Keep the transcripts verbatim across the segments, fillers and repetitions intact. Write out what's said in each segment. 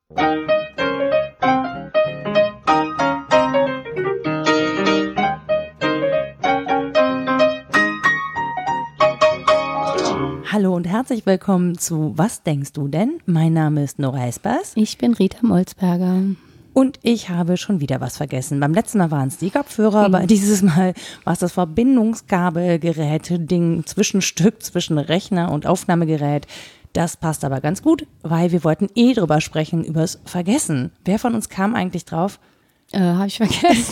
Hallo und herzlich willkommen zu Was denkst du denn? Mein Name ist Nora Espers. Ich bin Rita Molzberger. Und ich habe schon wieder was vergessen. Beim letzten Mal waren es die Kopfhörer, mhm. aber dieses Mal war es das Verbindungskabelgerät-Ding, Zwischenstück zwischen Rechner und Aufnahmegerät. Das passt aber ganz gut, weil wir wollten eh drüber sprechen, übers Vergessen. Wer von uns kam eigentlich drauf? Äh, habe ich vergessen.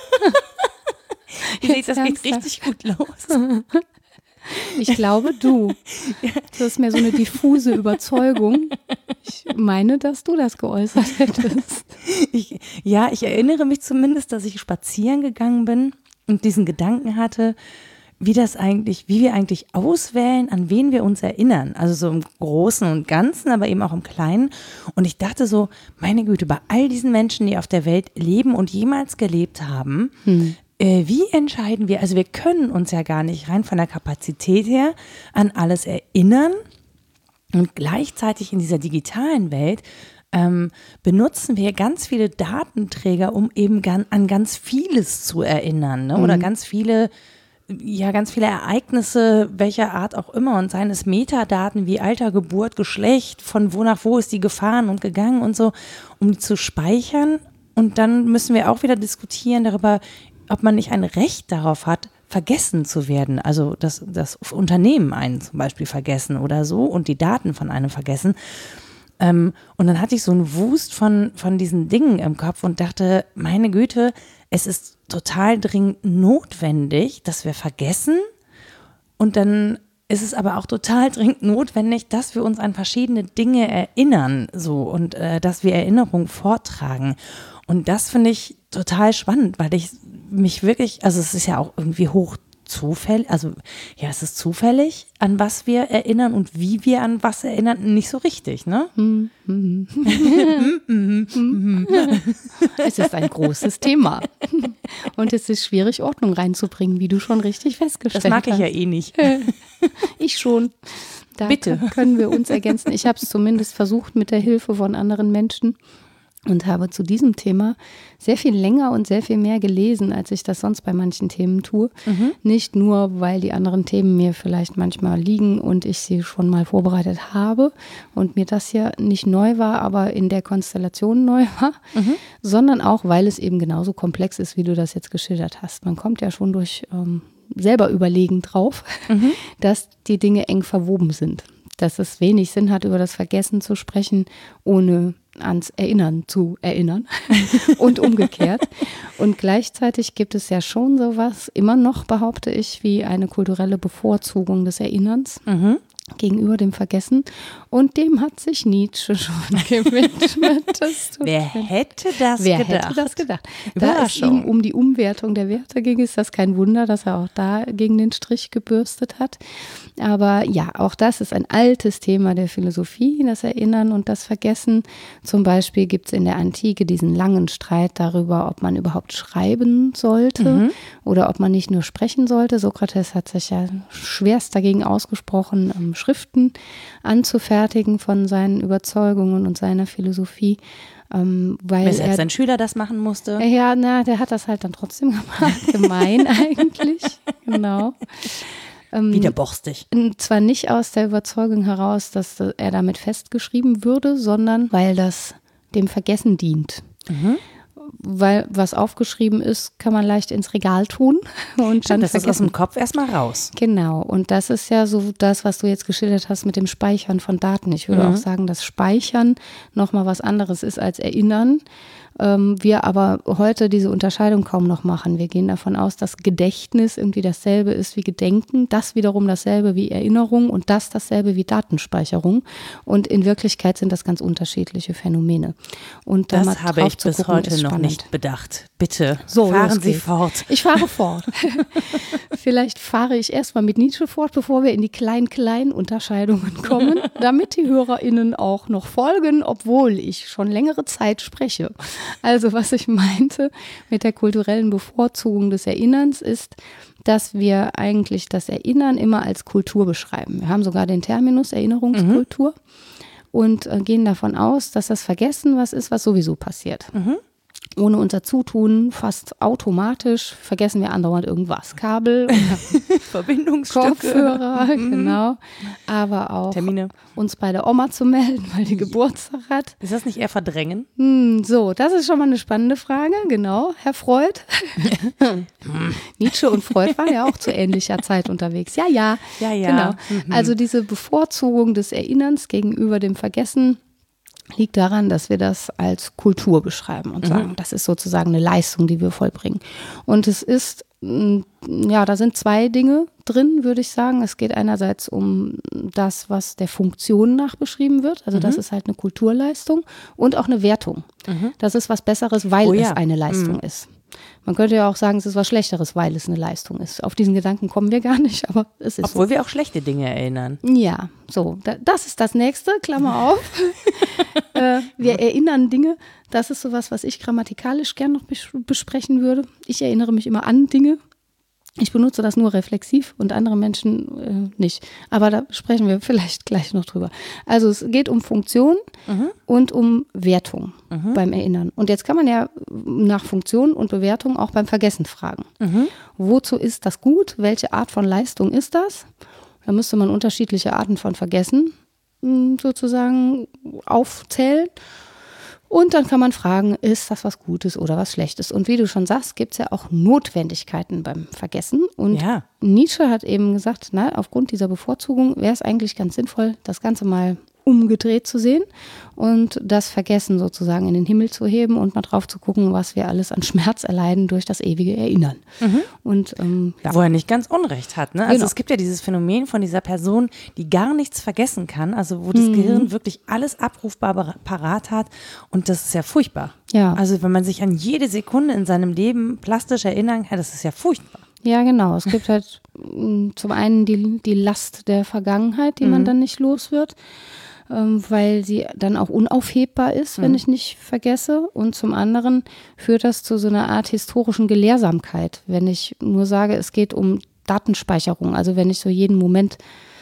Ihr seht, das geht richtig gut los. Ich glaube, du. Das ist mir so eine diffuse Überzeugung. Ich meine, dass du das geäußert hättest. Ich, ja, ich erinnere mich zumindest, dass ich spazieren gegangen bin und diesen Gedanken hatte, wie das eigentlich, wie wir eigentlich auswählen, an wen wir uns erinnern. Also so im Großen und Ganzen, aber eben auch im Kleinen. Und ich dachte so, meine Güte, bei all diesen Menschen, die auf der Welt leben und jemals gelebt haben, hm. Wie entscheiden wir, also wir können uns ja gar nicht rein von der Kapazität her an alles erinnern und gleichzeitig in dieser digitalen Welt ähm, benutzen wir ganz viele Datenträger, um eben gan- an ganz vieles zu erinnern, ne? Oder mhm. ganz viele, ja ganz viele Ereignisse, welcher Art auch immer, und seien es Metadaten wie Alter, Geburt, Geschlecht, von wo nach wo ist die gefahren und gegangen und so, um die zu speichern. Und dann müssen wir auch wieder diskutieren darüber, ob man nicht ein Recht darauf hat, vergessen zu werden. Also dass das Unternehmen einen zum Beispiel vergessen oder so und die Daten von einem vergessen. Ähm, und dann hatte ich so einen Wust von, von diesen Dingen im Kopf und dachte, meine Güte, es ist total dringend notwendig, dass wir vergessen. Und dann ist es aber auch total dringend notwendig, dass wir uns an verschiedene Dinge erinnern, so, und äh, dass wir Erinnerung vortragen. Und das finde ich total spannend, weil ich mich wirklich, also es ist ja auch irgendwie hoch zufällig, also ja, es ist zufällig, an was wir erinnern und wie wir an was erinnern, nicht so richtig, ne? Es ist ein großes Thema und es ist schwierig, Ordnung reinzubringen, wie du schon richtig festgestellt hast. Das mag ich ja eh nicht. Ich schon. Da Bitte. Können wir uns ergänzen. Ich habe es zumindest versucht mit der Hilfe von anderen Menschen. Und habe zu diesem Thema sehr viel länger und sehr viel mehr gelesen, als ich das sonst bei manchen Themen tue. Mhm. Nicht nur, weil die anderen Themen mir vielleicht manchmal liegen und ich sie schon mal vorbereitet habe und mir das hier nicht neu war, aber in der Konstellation neu war, mhm. sondern auch, weil es eben genauso komplex ist, wie du das jetzt geschildert hast. Man kommt ja schon durch ähm, selber Überlegen drauf, mhm. dass die Dinge eng verwoben sind. Dass es wenig Sinn hat, über das Vergessen zu sprechen, ohne ans Erinnern zu erinnern und umgekehrt. Und gleichzeitig gibt es ja schon sowas, immer noch behaupte ich, wie eine kulturelle Bevorzugung des Erinnerns mhm. gegenüber dem Vergessen. Und dem hat sich Nietzsche schon gewidmet. Wer hätte das Wer gedacht? Wer hätte das gedacht? Da es ihm um die Umwertung der Werte ging, ist das kein Wunder, dass er auch da gegen den Strich gebürstet hat. Aber ja, auch das ist ein altes Thema der Philosophie, das Erinnern und das Vergessen. Zum Beispiel gibt es in der Antike diesen langen Streit darüber, ob man überhaupt schreiben sollte mhm. oder ob man nicht nur sprechen sollte. Sokrates hat sich ja schwerst dagegen ausgesprochen, um Schriften anzufertigen von seinen Überzeugungen und seiner Philosophie. Ähm, weil Weshalb er, sein Schüler das machen musste. Ja, na, der hat das halt dann trotzdem gemacht. Gemein eigentlich, genau. Wieder borstig. Zwar nicht aus der Überzeugung heraus, dass er damit festgeschrieben würde, sondern weil das dem Vergessen dient. Mhm. Weil was aufgeschrieben ist, kann man leicht ins Regal tun. Und Stimmt, dann das vergessen. ist aus dem Kopf erstmal raus. Genau, und das ist ja so das, was du jetzt geschildert hast mit dem Speichern von Daten. Ich würde mhm. auch sagen, dass Speichern nochmal was anderes ist als Erinnern. Ähm, wir aber heute diese Unterscheidung kaum noch machen. Wir gehen davon aus, dass Gedächtnis irgendwie dasselbe ist wie Gedenken, das wiederum dasselbe wie Erinnerung und das dasselbe wie Datenspeicherung. Und in Wirklichkeit sind das ganz unterschiedliche Phänomene. Und da das habe ich bis heute noch nicht bedacht. Bitte, so, fahren Sie fort. Ich fahre fort. Vielleicht fahre ich erstmal mit Nietzsche fort, bevor wir in die kleinen-kleinen Unterscheidungen kommen, damit die HörerInnen auch noch folgen, obwohl ich schon längere Zeit spreche. Also was ich meinte mit der kulturellen Bevorzugung des Erinnerns ist, dass wir eigentlich das Erinnern immer als Kultur beschreiben. Wir haben sogar den Terminus Erinnerungskultur. Mhm. und äh, gehen davon aus, dass das Vergessen was ist, was sowieso passiert. Mhm. Ohne unser Zutun, fast automatisch, vergessen wir andauernd irgendwas. Kabel, Verbindungsstücke, Kopfhörer, genau. Aber auch Termine. Uns bei der Oma zu melden, weil die Geburtstag hat. Ist das nicht eher verdrängen? Hm, so, das ist schon mal eine spannende Frage, genau. Herr Freud. Nietzsche und Freud waren ja auch zu ähnlicher Zeit unterwegs. Ja, ja. Ja, ja. Genau. Mhm. Also diese Bevorzugung des Erinnerns gegenüber dem Vergessen liegt daran, dass wir das als Kultur beschreiben und sagen, mhm. das ist sozusagen eine Leistung, die wir vollbringen. Und es ist, ja, da sind zwei Dinge drin, würde ich sagen. Es geht einerseits um das, was der Funktion nach beschrieben wird. Also mhm. das ist halt eine Kulturleistung und auch eine Wertung. Mhm. Das ist was Besseres, weil oh, ja. es eine Leistung mhm. ist. Man könnte ja auch sagen, es ist was Schlechteres, weil es eine Leistung ist. Auf diesen Gedanken kommen wir gar nicht, aber es ist Obwohl so. wir auch schlechte Dinge erinnern. Ja, so, da, das ist das Nächste, Klammer auf. äh, wir erinnern Dinge, das ist sowas, was ich grammatikalisch gern noch bes- besprechen würde. Ich erinnere mich immer an Dinge. Ich benutze das nur reflexiv und andere Menschen äh, nicht. Aber da sprechen wir vielleicht gleich noch drüber. Also es geht um Funktion mhm. und um Wertung mhm. beim Erinnern. Und jetzt kann man ja nach Funktion und Bewertung auch beim Vergessen fragen. Mhm. Wozu ist das gut? Welche Art von Leistung ist das? Da müsste man unterschiedliche Arten von Vergessen mh, sozusagen aufzählen. Und dann kann man fragen, ist das was Gutes oder was Schlechtes? Und wie du schon sagst, gibt es ja auch Notwendigkeiten beim Vergessen. Und ja. Nietzsche hat eben gesagt, na, aufgrund dieser Bevorzugung wäre es eigentlich ganz sinnvoll, das Ganze mal umgedreht zu sehen und das Vergessen sozusagen in den Himmel zu heben und mal drauf zu gucken, was wir alles an Schmerz erleiden durch das ewige Erinnern. Mhm. Und, ähm, ja. Wo er nicht ganz Unrecht hat. Ne? Also genau. Es gibt ja dieses Phänomen von dieser Person, die gar nichts vergessen kann, also wo das mhm. Gehirn wirklich alles abrufbar parat hat und das ist ja furchtbar. Ja. Also wenn man sich an jede Sekunde in seinem Leben plastisch erinnern kann, das ist ja furchtbar. Ja, genau. Es gibt halt zum einen die, die Last der Vergangenheit, die mhm. man dann nicht los wird, ähm, weil sie dann auch unaufhebbar ist, wenn mhm. ich nicht vergesse. Und zum anderen führt das zu so einer Art historischen Gelehrsamkeit, wenn ich nur sage, es geht um Datenspeicherung. Also wenn ich so jeden Moment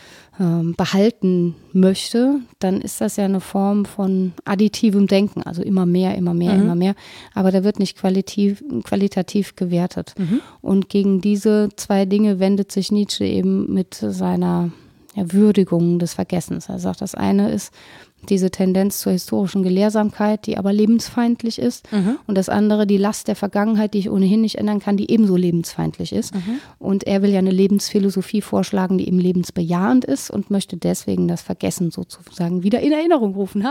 ähm, behalten möchte, dann ist das ja eine Form von additivem Denken. Also immer mehr, immer mehr, mhm. immer mehr. Aber da wird nicht qualitativ, qualitativ gewertet. Mhm. Und gegen diese zwei Dinge wendet sich Nietzsche eben mit seiner ja, Würdigung des Vergessens. Er sagt, das eine ist diese Tendenz zur historischen Gelehrsamkeit, die aber lebensfeindlich ist. Mhm. Und das andere, die Last der Vergangenheit, die ich ohnehin nicht ändern kann, die ebenso lebensfeindlich ist. Mhm. Und er will ja eine Lebensphilosophie vorschlagen, die eben lebensbejahend ist und möchte deswegen das Vergessen sozusagen wieder in Erinnerung rufen.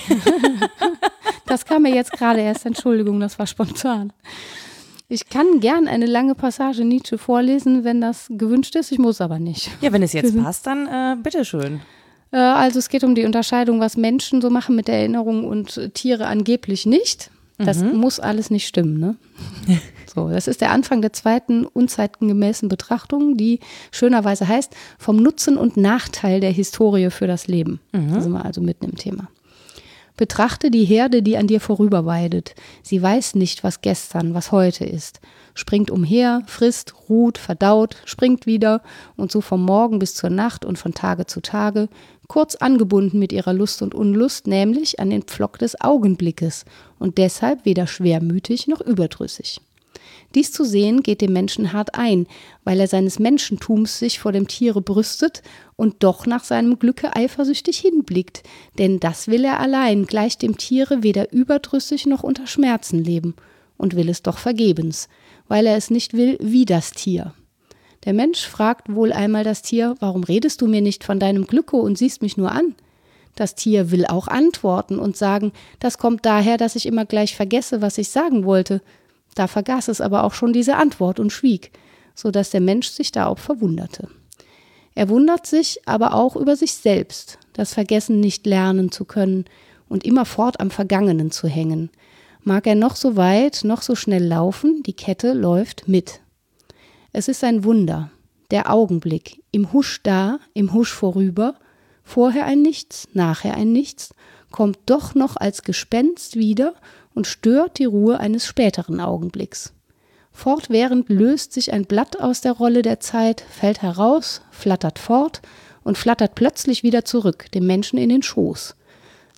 Das kam mir jetzt gerade erst, Entschuldigung, das war spontan. Ich kann gern eine lange Passage Nietzsche vorlesen, wenn das gewünscht ist. Ich muss aber nicht. Ja, wenn es jetzt passt, dann äh, bitteschön. Äh, also es geht um die Unterscheidung, was Menschen so machen mit der Erinnerung und äh, Tiere angeblich nicht. Das mhm. muss alles nicht stimmen, ne? So, das ist der Anfang der zweiten unzeitgemäßen Betrachtung, die schönerweise heißt, vom Nutzen und Nachteil der Historie für das Leben. Mhm. Da sind wir also mitten im Thema. Betrachte die Herde, die an dir vorüberweidet. Sie weiß nicht, was gestern, was heute ist. Springt umher, frisst, ruht, verdaut, springt wieder und so vom Morgen bis zur Nacht und von Tage zu Tage, kurz angebunden mit ihrer Lust und Unlust, nämlich an den Pflock des Augenblickes und deshalb weder schwermütig noch überdrüssig. Dies zu sehen geht dem Menschen hart ein, weil er seines Menschentums sich vor dem Tiere brüstet und doch nach seinem Glücke eifersüchtig hinblickt, denn das will er allein, gleich dem Tiere weder überdrüssig noch unter Schmerzen leben und will es doch vergebens, weil er es nicht will wie das Tier. Der Mensch fragt wohl einmal das Tier, warum redest du mir nicht von deinem Glücke und siehst mich nur an? Das Tier will auch antworten und sagen, das kommt daher, dass ich immer gleich vergesse, was ich sagen wollte. Da vergaß es aber auch schon diese Antwort und schwieg, so dass der Mensch sich da auch verwunderte. Er wundert sich aber auch über sich selbst, das Vergessen nicht lernen zu können und immerfort am Vergangenen zu hängen. Mag er noch so weit, noch so schnell laufen, die Kette läuft mit. Es ist ein Wunder, der Augenblick, im Husch da, im Husch vorüber, vorher ein Nichts, nachher ein Nichts, kommt doch noch als Gespenst wieder und stört die Ruhe eines späteren Augenblicks. Fortwährend löst sich ein Blatt aus der Rolle der Zeit, fällt heraus, flattert fort und flattert plötzlich wieder zurück, dem Menschen in den Schoß.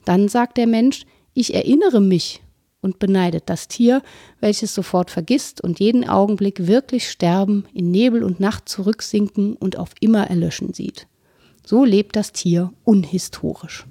Dann sagt der Mensch, ich erinnere mich und beneidet das Tier, welches sofort vergisst und jeden Augenblick wirklich sterben, in Nebel und Nacht zurücksinken und auf immer erlöschen sieht. So lebt das Tier unhistorisch.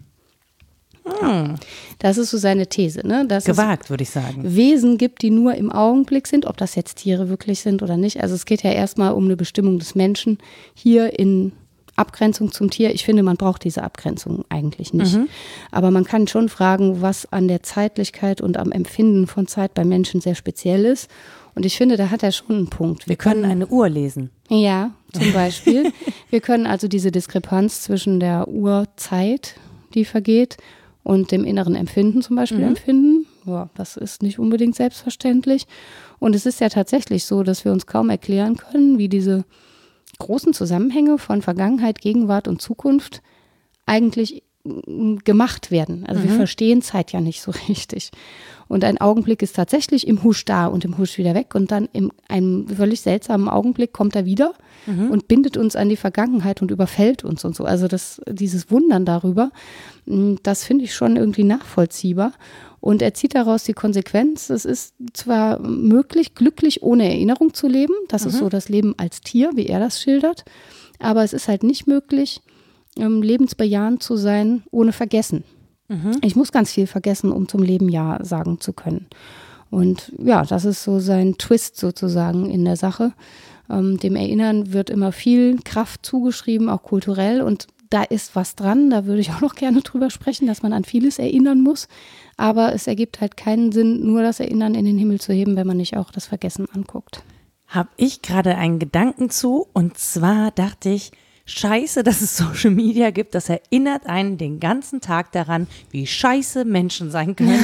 Hm. Das ist so seine These, ne? Dass Gewagt, würde ich sagen. es Wesen gibt, die nur im Augenblick sind, ob das jetzt Tiere wirklich sind oder nicht. Also es geht ja erstmal um eine Bestimmung des Menschen hier in Abgrenzung zum Tier. Ich finde, man braucht diese Abgrenzung eigentlich nicht. Mhm. Aber man kann schon fragen, was an der Zeitlichkeit und am Empfinden von Zeit bei Menschen sehr speziell ist. Und ich finde, da hat er schon einen Punkt. Wir, Wir können eine Uhr lesen. Ja, zum Beispiel. Wir können also diese Diskrepanz zwischen der Uhrzeit, die vergeht, und dem inneren Empfinden zum Beispiel mhm. empfinden. Ja, das ist nicht unbedingt selbstverständlich. Und es ist ja tatsächlich so, dass wir uns kaum erklären können, wie diese großen Zusammenhänge von Vergangenheit, Gegenwart und Zukunft eigentlich gemacht werden. Also mhm. wir verstehen Zeit ja nicht so richtig. Und ein Augenblick ist tatsächlich im Husch da und im Husch wieder weg. Und dann in einem völlig seltsamen Augenblick kommt er wieder mhm. und bindet uns an die Vergangenheit und überfällt uns und so. Also das, dieses Wundern darüber, das finde ich schon irgendwie nachvollziehbar. Und er zieht daraus die Konsequenz, es ist zwar möglich, glücklich ohne Erinnerung zu leben, das mhm. ist so das Leben als Tier, wie er das schildert, aber es ist halt nicht möglich, lebensbejahend zu sein, ohne Vergessen. Mhm. Ich muss ganz viel vergessen, um zum Leben Ja sagen zu können. Und ja, das ist so sein Twist sozusagen in der Sache. Ähm, dem Erinnern wird immer viel Kraft zugeschrieben, auch kulturell, und da ist was dran, da würde ich auch noch gerne drüber sprechen, dass man an vieles erinnern muss. Aber es ergibt halt keinen Sinn, nur das Erinnern in den Himmel zu heben, wenn man nicht auch das Vergessen anguckt. Habe ich gerade einen Gedanken zu, und zwar dachte ich, scheiße, dass es Social Media gibt, das erinnert einen den ganzen Tag daran, wie scheiße Menschen sein können.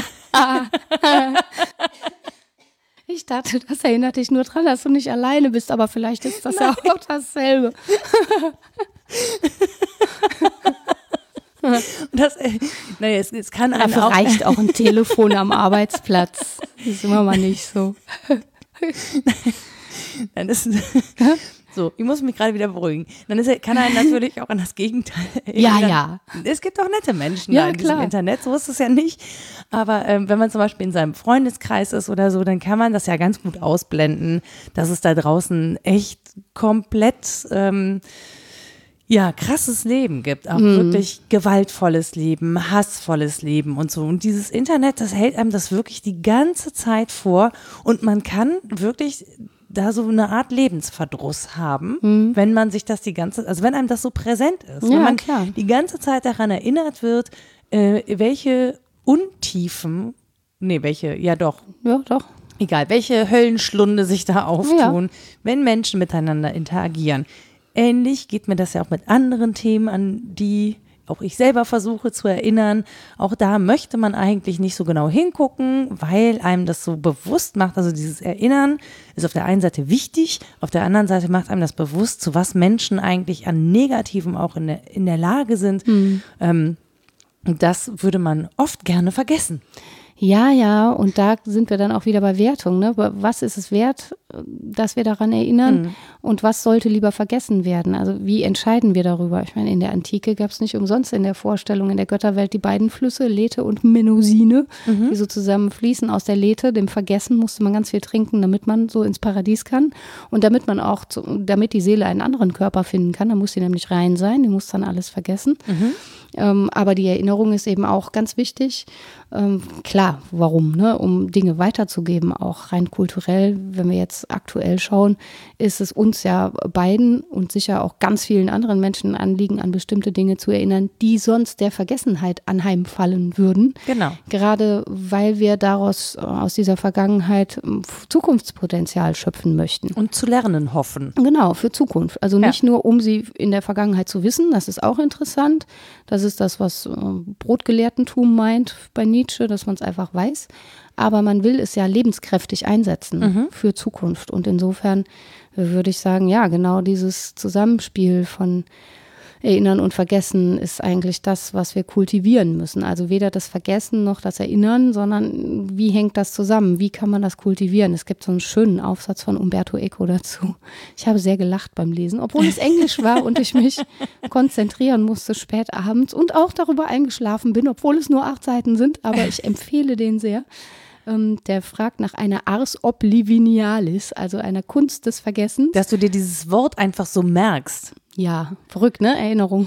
Ich dachte, das erinnert dich nur dran, dass du nicht alleine bist, aber vielleicht ist das Nein. ja auch dasselbe. Das, naja, es, es kann einem Dafür auch reicht auch ein Telefon am Arbeitsplatz. Das ist immer mal nicht so. Nein, das ist, so, ich muss mich gerade wieder beruhigen. Dann ist, kann einen natürlich auch an das Gegenteil erinnern. Ja, ja. Es gibt auch nette Menschen ja, da in klar. diesem Internet, so ist es ja nicht. Aber ähm, wenn man zum Beispiel in seinem Freundeskreis ist oder so, dann kann man das ja ganz gut ausblenden, dass es da draußen echt komplett ähm, ja, krasses Leben gibt, auch mhm. wirklich gewaltvolles Leben, hassvolles Leben und so. Und dieses Internet, das hält einem das wirklich die ganze Zeit vor, und man kann wirklich da so eine Art Lebensverdruss haben, mhm. wenn man sich das die ganze, also wenn einem das so präsent ist, ja, wenn man klar. die ganze Zeit daran erinnert wird, äh, welche Untiefen, nee, welche, ja doch. Ja, doch. Egal, welche Höllenschlunde sich da auftun, ja. wenn Menschen miteinander interagieren. Ähnlich geht mir das ja auch mit anderen Themen, an die auch ich selber versuche zu erinnern. Auch da möchte man eigentlich nicht so genau hingucken, weil einem das so bewusst macht. Also dieses Erinnern ist auf der einen Seite wichtig, auf der anderen Seite macht einem das bewusst, zu was Menschen eigentlich an Negativem auch in der, in der Lage sind. Mhm. Ähm, das würde man oft gerne vergessen. Ja, ja, und da sind wir dann auch wieder bei Wertung, ne? Was ist es wert, dass wir daran erinnern, mhm. und was sollte lieber vergessen werden? Also wie entscheiden wir darüber? Ich meine, in der Antike gab es nicht umsonst in der Vorstellung in der Götterwelt die beiden Flüsse, Lethe und Mnemosyne, mhm. die so zusammen fließen. Aus der Lethe, dem Vergessen, musste man ganz viel trinken, damit man so ins Paradies kann, und damit man auch, zu, damit die Seele einen anderen Körper finden kann, da muss sie nämlich rein sein, die muss dann alles vergessen. Mhm. Ähm, aber die Erinnerung ist eben auch ganz wichtig. Ähm, klar, warum? Ne? Um Dinge weiterzugeben, auch rein kulturell. Wenn wir jetzt aktuell schauen, ist es uns ja beiden und sicher auch ganz vielen anderen Menschen ein Anliegen, an bestimmte Dinge zu erinnern, die sonst der Vergessenheit anheimfallen würden. Genau. Gerade weil wir daraus, aus dieser Vergangenheit Zukunftspotenzial schöpfen möchten. Und zu lernen hoffen. Genau, für Zukunft. Also nicht ja. nur, um sie in der Vergangenheit zu wissen, das ist auch interessant. Das ist das, was äh, Brotgelehrtentum meint bei Nietzsche, dass man es einfach weiß. Aber man will es ja lebenskräftig einsetzen mhm. für Zukunft. Und insofern würde ich sagen, ja, genau dieses Zusammenspiel von Erinnern und Vergessen ist eigentlich das, was wir kultivieren müssen. Also weder das Vergessen noch das Erinnern, sondern wie hängt das zusammen? Wie kann man das kultivieren? Es gibt so einen schönen Aufsatz von Umberto Eco dazu. Ich habe sehr gelacht beim Lesen, obwohl es Englisch war und ich mich konzentrieren musste spät abends und auch darüber eingeschlafen bin, obwohl es nur acht Seiten sind, aber ich empfehle den sehr. Ähm, der fragt nach einer Ars Oblivinialis, also einer Kunst des Vergessens. Dass du dir dieses Wort einfach so merkst. Ja, verrückt, ne? Erinnerung.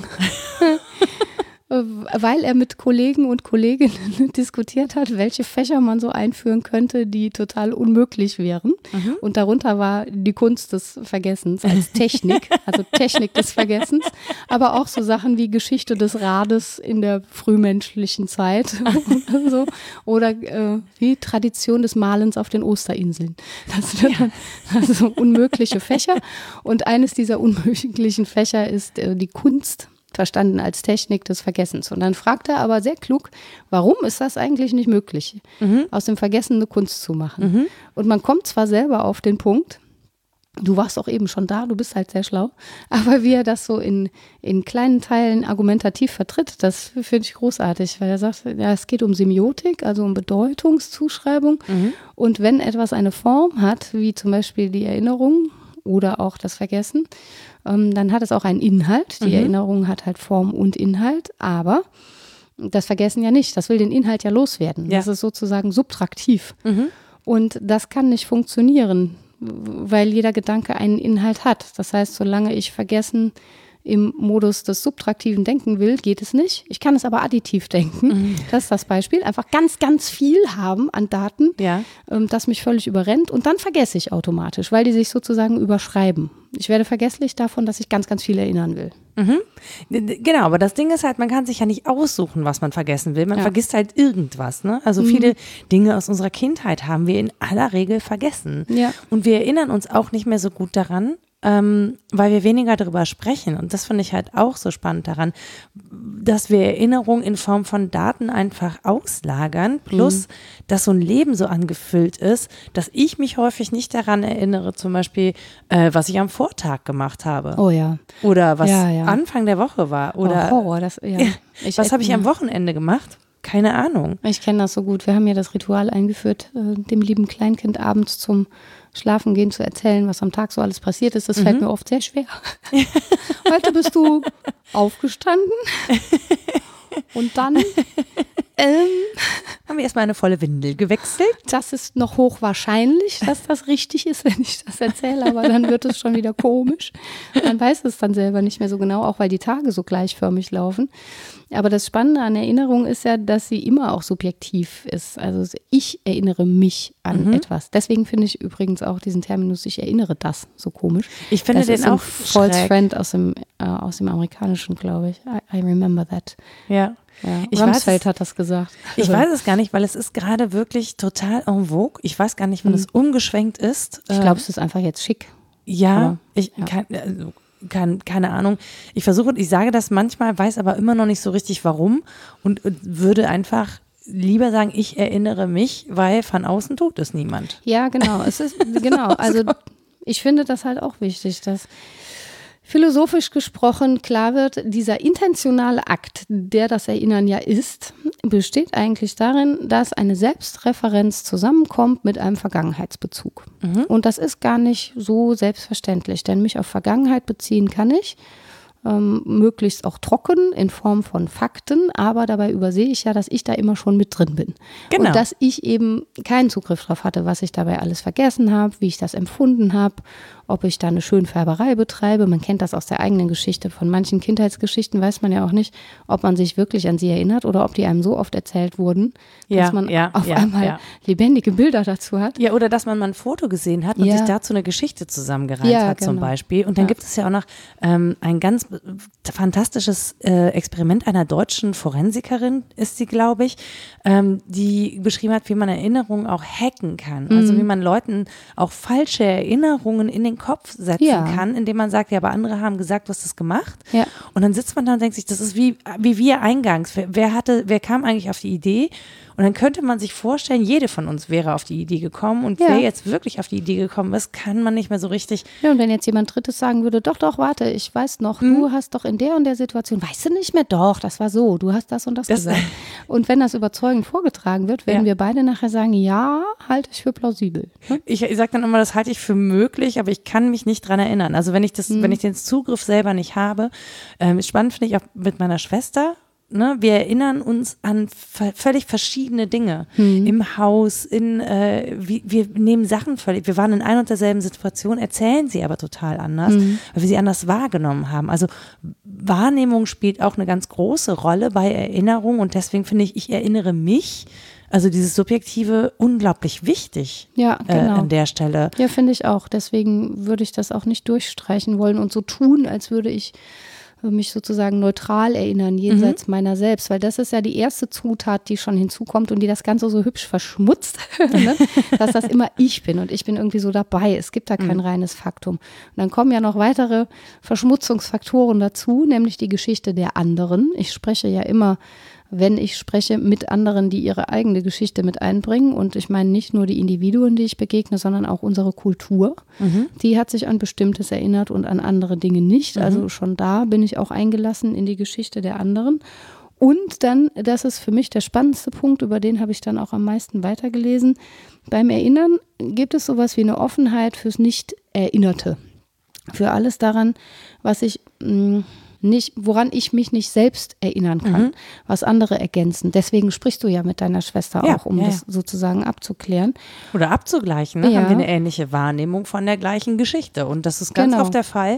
Weil er mit Kollegen und Kolleginnen diskutiert hat, welche Fächer man so einführen könnte, die total unmöglich wären. Mhm. Und darunter war die Kunst des Vergessens als Technik, also Technik des Vergessens, aber auch so Sachen wie Geschichte des Rades in der frühmenschlichen Zeit oder, so. oder äh, wie Tradition des Malens auf den Osterinseln. Das sind dann also unmögliche Fächer. Und eines dieser unmöglichen Fächer ist äh, die Kunst, verstanden als Technik des Vergessens. Und dann fragt er aber sehr klug, warum ist das eigentlich nicht möglich, mhm. aus dem Vergessen eine Kunst zu machen? Mhm. Und man kommt zwar selber auf den Punkt, du warst auch eben schon da, du bist halt sehr schlau, aber wie er das so in, in kleinen Teilen argumentativ vertritt, das finde ich großartig, weil er sagt, ja, es geht um Semiotik, also um Bedeutungszuschreibung. Mhm. Und wenn etwas eine Form hat, wie zum Beispiel die Erinnerung oder auch das Vergessen, dann hat es auch einen Inhalt. Die mhm. Erinnerung hat halt Form und Inhalt, aber das Vergessen ja nicht. Das will den Inhalt ja loswerden. Ja. Das ist sozusagen subtraktiv. Mhm. Und das kann nicht funktionieren, weil jeder Gedanke einen Inhalt hat. Das heißt, solange ich Vergessen im Modus des subtraktiven Denken will, geht es nicht. Ich kann es aber additiv denken. Mhm. Das ist das Beispiel. Einfach ganz, ganz viel haben an Daten, ja. ähm, das mich völlig überrennt und dann vergesse ich automatisch, weil die sich sozusagen überschreiben. Ich werde vergesslich davon, dass ich ganz, ganz viel erinnern will. Mhm. Genau, aber das Ding ist halt, man kann sich ja nicht aussuchen, was man vergessen will. Man ja. vergisst halt irgendwas. Ne? Also mhm. viele Dinge aus unserer Kindheit haben wir in aller Regel vergessen. Ja. Und wir erinnern uns auch nicht mehr so gut daran, Ähm, weil wir weniger darüber sprechen. Und das finde ich halt auch so spannend daran, dass wir Erinnerungen in Form von Daten einfach auslagern, plus, mhm. dass so ein Leben so angefüllt ist, dass ich mich häufig nicht daran erinnere, zum Beispiel, äh, was ich am Vortag gemacht habe. Oh ja. Oder was ja, ja. Anfang der Woche war. Oder oh, Horror, das, ja. ich, was habe ich am Wochenende gemacht? Keine Ahnung. Ich kenne das so gut. Wir haben ja das Ritual eingeführt, äh, dem lieben Kleinkind abends zum Schlafengehen zu erzählen, was am Tag so alles passiert ist. Das mhm. fällt mir oft sehr schwer. Heute bist du aufgestanden und dann ähm, haben wir erstmal eine volle Windel gewechselt. Das ist noch hochwahrscheinlich, dass das richtig ist, wenn ich das erzähle, aber dann wird es schon wieder komisch. Man weiß es dann selber nicht mehr so genau, auch weil die Tage so gleichförmig laufen. Aber das Spannende an Erinnerung ist ja, dass sie immer auch subjektiv ist. Also ich erinnere mich an mhm. etwas. Deswegen finde ich übrigens auch diesen Terminus, ich erinnere das, so komisch. Ich finde das den ist auch False Friend aus dem, äh, aus dem Amerikanischen, glaube ich. I, I remember that. Ja. Ja, ich Rumsfeld weiß, hat das gesagt. Ich weiß es gar nicht, weil es ist gerade wirklich total en vogue. Ich weiß gar nicht, wann mhm. es umgeschwenkt ist. Ich glaube, es ist einfach jetzt schick. Ja, aber, ich ja. Kann, also, kann, keine Ahnung. Ich versuche, ich sage das manchmal, weiß aber immer noch nicht so richtig warum und, und würde einfach lieber sagen, ich erinnere mich, weil von außen tut es niemand. Ja, genau. Es ist genau. Also ich finde das halt auch wichtig, dass philosophisch gesprochen klar wird, dieser intentionale Akt, der das Erinnern ja ist, besteht eigentlich darin, dass eine Selbstreferenz zusammenkommt mit einem Vergangenheitsbezug. Mhm. Und das ist gar nicht so selbstverständlich, denn mich auf Vergangenheit beziehen kann ich, ähm, möglichst auch trocken in Form von Fakten, aber dabei übersehe ich ja, dass ich da immer schon mit drin bin. Genau. Und dass ich eben keinen Zugriff drauf hatte, was ich dabei alles vergessen habe, wie ich das empfunden habe, ob ich da eine Schönfärberei betreibe. Man kennt das aus der eigenen Geschichte. Von manchen Kindheitsgeschichten weiß man ja auch nicht, ob man sich wirklich an sie erinnert oder ob die einem so oft erzählt wurden, dass ja, man ja, auf ja, einmal ja. lebendige Bilder dazu hat. Ja, oder dass man mal ein Foto gesehen hat und ja. sich dazu eine Geschichte zusammengereimt ja, hat genau. zum Beispiel. Und dann ja. gibt es ja auch noch ähm, ein ganz fantastisches äh, Experiment einer deutschen Forensikerin, ist sie, glaube ich, ähm, die beschrieben hat, wie man Erinnerungen auch hacken kann. Mhm. Also wie man Leuten auch falsche Erinnerungen in den Kopf setzen ja. kann, indem man sagt, ja, aber andere haben gesagt, du hast das gemacht. Ja. Und dann sitzt man da und denkt sich, das ist wie, wie wir eingangs. Wer, wer hatte, wer kam eigentlich auf die Idee? Und dann könnte man sich vorstellen, jede von uns wäre auf die Idee gekommen und ja. wer jetzt wirklich auf die Idee gekommen ist, kann man nicht mehr so richtig. Ja, und wenn jetzt jemand Drittes sagen würde, doch, doch, warte, ich weiß noch, hm. du hast doch in der und der Situation, weißt du nicht mehr, doch, das war so, du hast das und das, das gesagt. Und wenn das überzeugend vorgetragen wird, werden ja. wir beide nachher sagen, ja, halte ich für plausibel. Hm? Ich, ich sage dann immer, das halte ich für möglich, aber ich kann mich nicht dran erinnern. Also wenn ich das, hm. wenn ich den Zugriff selber nicht habe, ähm, spannend finde ich auch mit meiner Schwester. Ne, wir erinnern uns an v- völlig verschiedene Dinge mhm. im Haus, in äh, wie, wir nehmen Sachen völlig, wir waren in ein und derselben Situation, erzählen sie aber total anders, mhm. weil wir sie anders wahrgenommen haben. Also Wahrnehmung spielt auch eine ganz große Rolle bei Erinnerung und deswegen finde ich, ich erinnere mich, also dieses Subjektive, unglaublich wichtig ja, genau. äh, an der Stelle. Ja, finde ich auch. Deswegen würde ich das auch nicht durchstreichen wollen und so tun, als würde ich mich sozusagen neutral erinnern, jenseits mhm. meiner selbst, weil das ist ja die erste Zutat, die schon hinzukommt und die das Ganze so hübsch verschmutzt, ne? Dass das immer ich bin und ich bin irgendwie so dabei. Es gibt da kein mhm. reines Faktum. Und dann kommen ja noch weitere Verschmutzungsfaktoren dazu, nämlich die Geschichte der anderen. Ich spreche ja immer, wenn ich spreche, mit anderen, die ihre eigene Geschichte mit einbringen. Und ich meine nicht nur die Individuen, die ich begegne, sondern auch unsere Kultur. Mhm. Die hat sich an Bestimmtes erinnert und an andere Dinge nicht. Mhm. Also schon da bin ich auch eingelassen in die Geschichte der anderen. Und dann, das ist für mich der spannendste Punkt, über den habe ich dann auch am meisten weitergelesen. Beim Erinnern gibt es sowas wie eine Offenheit fürs Nicht-Erinnerte. Für alles daran, was ich mh, nicht, woran ich mich nicht selbst erinnern kann, mhm. was andere ergänzen. Deswegen sprichst du ja mit deiner Schwester ja, auch, um ja, das ja. sozusagen abzuklären. Oder abzugleichen, ne? Ja. Haben wir eine ähnliche Wahrnehmung von der gleichen Geschichte. Und das ist ganz genau. oft der Fall,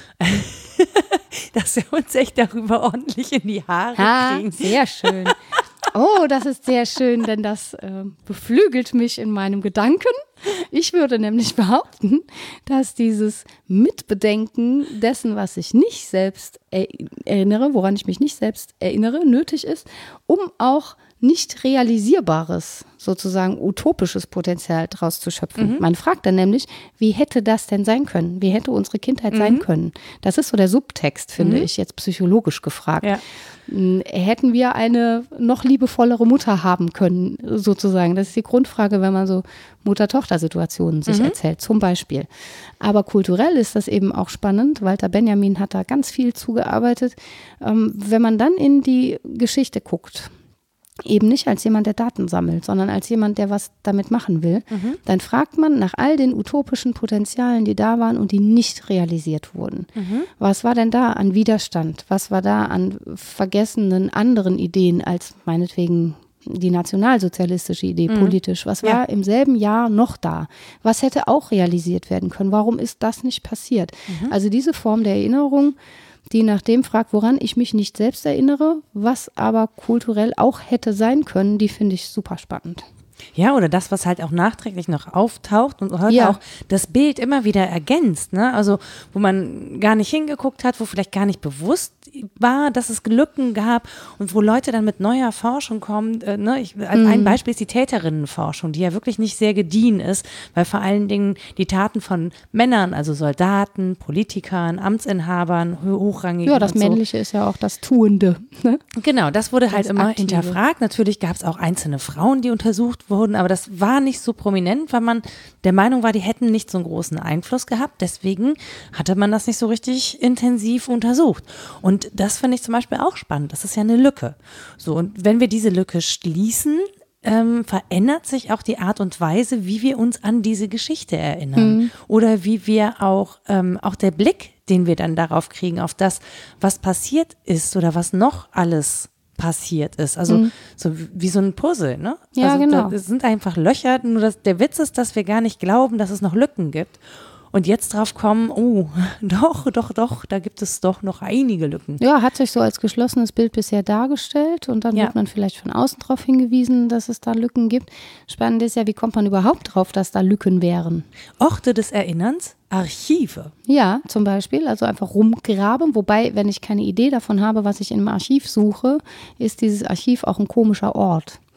dass wir uns echt darüber ordentlich in die Haare ha, kriegen. Sehr schön. Oh, das ist sehr schön, denn das äh, beflügelt mich in meinem Gedanken. Ich würde nämlich behaupten, dass dieses Mitbedenken dessen, was ich nicht selbst erinnere, woran ich mich nicht selbst erinnere, nötig ist, um auch nicht realisierbares, sozusagen utopisches Potenzial daraus zu schöpfen. Mhm. Man fragt dann nämlich, wie hätte das denn sein können? Wie hätte unsere Kindheit mhm. sein können? Das ist so der Subtext, finde mhm. ich, jetzt psychologisch gefragt. Ja. Hätten wir eine noch liebevollere Mutter haben können, sozusagen? Das ist die Grundfrage, wenn man so Mutter-Tochter-Situationen sich mhm. erzählt, zum Beispiel. Aber kulturell ist das eben auch spannend. Walter Benjamin hat da ganz viel zugearbeitet. Ähm, wenn man dann in die Geschichte guckt, eben nicht als jemand, der Daten sammelt, sondern als jemand, der was damit machen will, mhm. dann fragt man nach all den utopischen Potenzialen, die da waren und die nicht realisiert wurden. Mhm. Was war denn da an Widerstand? Was war da an vergessenen anderen Ideen als meinetwegen die nationalsozialistische Idee mhm. politisch? Was war ja. im selben Jahr noch da? Was hätte auch realisiert werden können? Warum ist das nicht passiert? Mhm. Also diese Form der Erinnerung, die nach dem fragt, woran ich mich nicht selbst erinnere, was aber kulturell auch hätte sein können, die finde ich super spannend. Ja, oder das, was halt auch nachträglich noch auftaucht und heute ja. auch das Bild immer wieder ergänzt, ne? Also wo man gar nicht hingeguckt hat, wo vielleicht gar nicht bewusst war, dass es Lücken gab und wo Leute dann mit neuer Forschung kommen. Äh, ne? Ich, als mhm. ein Beispiel ist die Täterinnenforschung, die ja wirklich nicht sehr gediehen ist, weil vor allen Dingen die Taten von Männern, also Soldaten, Politikern, Amtsinhabern, hochrangigen. Ja, das und so. Männliche ist ja auch das Tuende. Ne? Genau, das wurde halt das immer Aktive. hinterfragt. Natürlich gab es auch einzelne Frauen, die untersucht wurden, aber das war nicht so prominent, weil man der Meinung war, die hätten nicht so einen großen Einfluss gehabt. Deswegen hatte man das nicht so richtig intensiv untersucht. Und das finde ich zum Beispiel auch spannend. Das ist ja eine Lücke. So, und wenn wir diese Lücke schließen, ähm, verändert sich auch die Art und Weise, wie wir uns an diese Geschichte erinnern. Mhm. Oder wie wir auch, ähm, auch der Blick, den wir dann darauf kriegen, auf das, was passiert ist oder was noch alles passiert ist. Also mhm. so wie so ein Puzzle, ne? Ja, also genau. Das sind einfach Löcher, nur das, der Witz ist, dass wir gar nicht glauben, dass es noch Lücken gibt. Und jetzt drauf kommen, oh, doch, doch, doch, da gibt es doch noch einige Lücken. Ja, hat sich so als geschlossenes Bild bisher dargestellt und dann ja. wird man vielleicht von außen darauf hingewiesen, dass es da Lücken gibt. Spannend ist ja, wie kommt man überhaupt drauf, dass da Lücken wären? Orte des Erinnerns, Archive. Ja, zum Beispiel, also einfach rumgraben, wobei, wenn ich keine Idee davon habe, was ich in einem Archiv suche, ist dieses Archiv auch ein komischer Ort.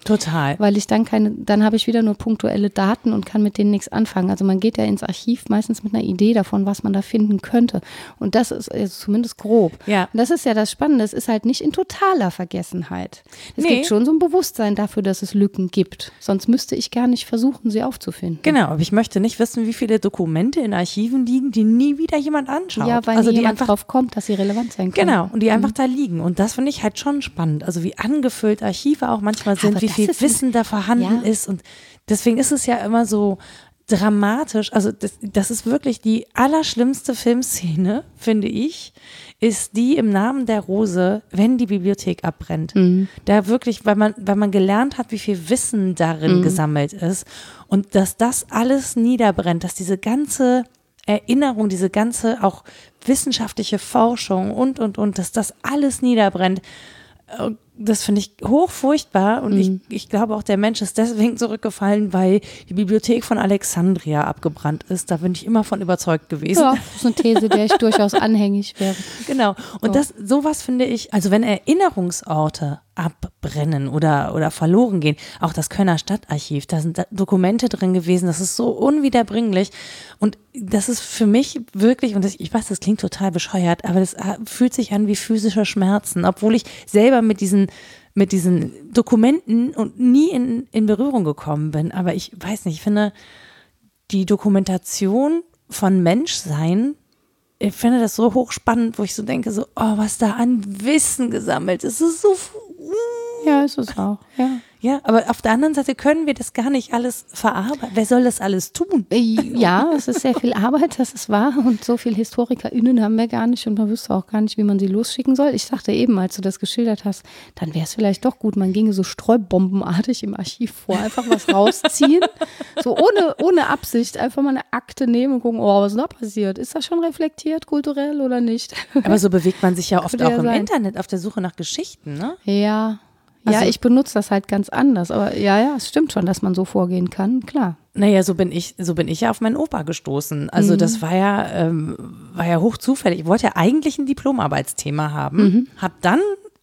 Total. Weil ich dann keine, dann habe ich wieder nur punktuelle Daten und kann mit denen nichts anfangen. Also man geht ja ins Archiv meistens mit einer Idee davon, was man da finden könnte. Und das ist also zumindest grob. Ja. Und das ist ja das Spannende. Es ist halt nicht in totaler Vergessenheit. Es Nee. gibt schon so ein Bewusstsein dafür, dass es Lücken gibt. Sonst müsste ich gar nicht versuchen, sie aufzufinden. Genau, aber ich möchte nicht wissen, wie viele Dokumente in Archiven liegen, die nie wieder jemand anschaut. Ja, weil also nie die jemand einfach drauf kommt, dass sie relevant sein können. Genau, und die einfach da liegen. Und das finde ich halt schon spannend. Also wie angefüllt Archive auch manchmal sind, Aber wie das viel ist Wissen da vorhanden ja. ist. Und deswegen ist es ja immer so dramatisch. Also das, das ist wirklich die allerschlimmste Filmszene, finde ich, ist die im Namen der Rose, wenn die Bibliothek abbrennt. Mhm. Da wirklich, weil man, weil man gelernt hat, wie viel Wissen darin Mhm. gesammelt ist. Und dass das alles niederbrennt, dass diese ganze Erinnerung, diese ganze auch wissenschaftliche Forschung und, und, und, dass das alles niederbrennt, das finde ich hochfurchtbar und mhm. ich, ich glaube auch, der Mensch ist deswegen zurückgefallen, weil die Bibliothek von Alexandria abgebrannt ist. Da bin ich immer von überzeugt gewesen. Ja, das ist eine These, der ich durchaus anhängig wäre. Genau. Und So. das, sowas finde ich, also wenn Erinnerungsorte abbrennen oder, oder verloren gehen, auch das Kölner Stadtarchiv, da sind da Dokumente drin gewesen, das ist so unwiederbringlich und das ist für mich wirklich, und das, ich weiß, das klingt total bescheuert, aber das fühlt sich an wie physische Schmerzen, obwohl ich selber mit diesen mit diesen Dokumenten und nie in, in Berührung gekommen bin, aber ich weiß nicht, ich finde die Dokumentation von Menschsein, ich finde das so hochspannend, wo ich so denke, so, oh, was da an Wissen gesammelt ist. Es ist so. Ja, ist es auch, ja. Ja, aber auf der anderen Seite können wir das gar nicht alles verarbeiten. Wer soll das alles tun? Ja, es ist sehr viel Arbeit, das ist wahr. Und so viele HistorikerInnen haben wir gar nicht und man wüsste auch gar nicht, wie man sie losschicken soll. Ich dachte eben, als du das geschildert hast, dann wäre es vielleicht doch gut, man ginge so streubombenartig im Archiv vor, einfach was rausziehen, so ohne, ohne Absicht, einfach mal eine Akte nehmen und gucken, oh, was ist da passiert? Ist das schon reflektiert, kulturell oder nicht? Aber so bewegt man sich ja oft Könnte auch ja im sein. Internet auf der Suche nach Geschichten, ne? Ja. Ja, Also- ich benutze das halt ganz anders, aber ja, ja, es stimmt schon, dass man so vorgehen kann, klar. Naja, so bin ich, so bin ich ja auf meinen Opa gestoßen. Also Mhm. das war ja, ähm, war ja hoch zufällig. Ich wollte ja eigentlich ein Diplomarbeitsthema haben, Mhm. hab dann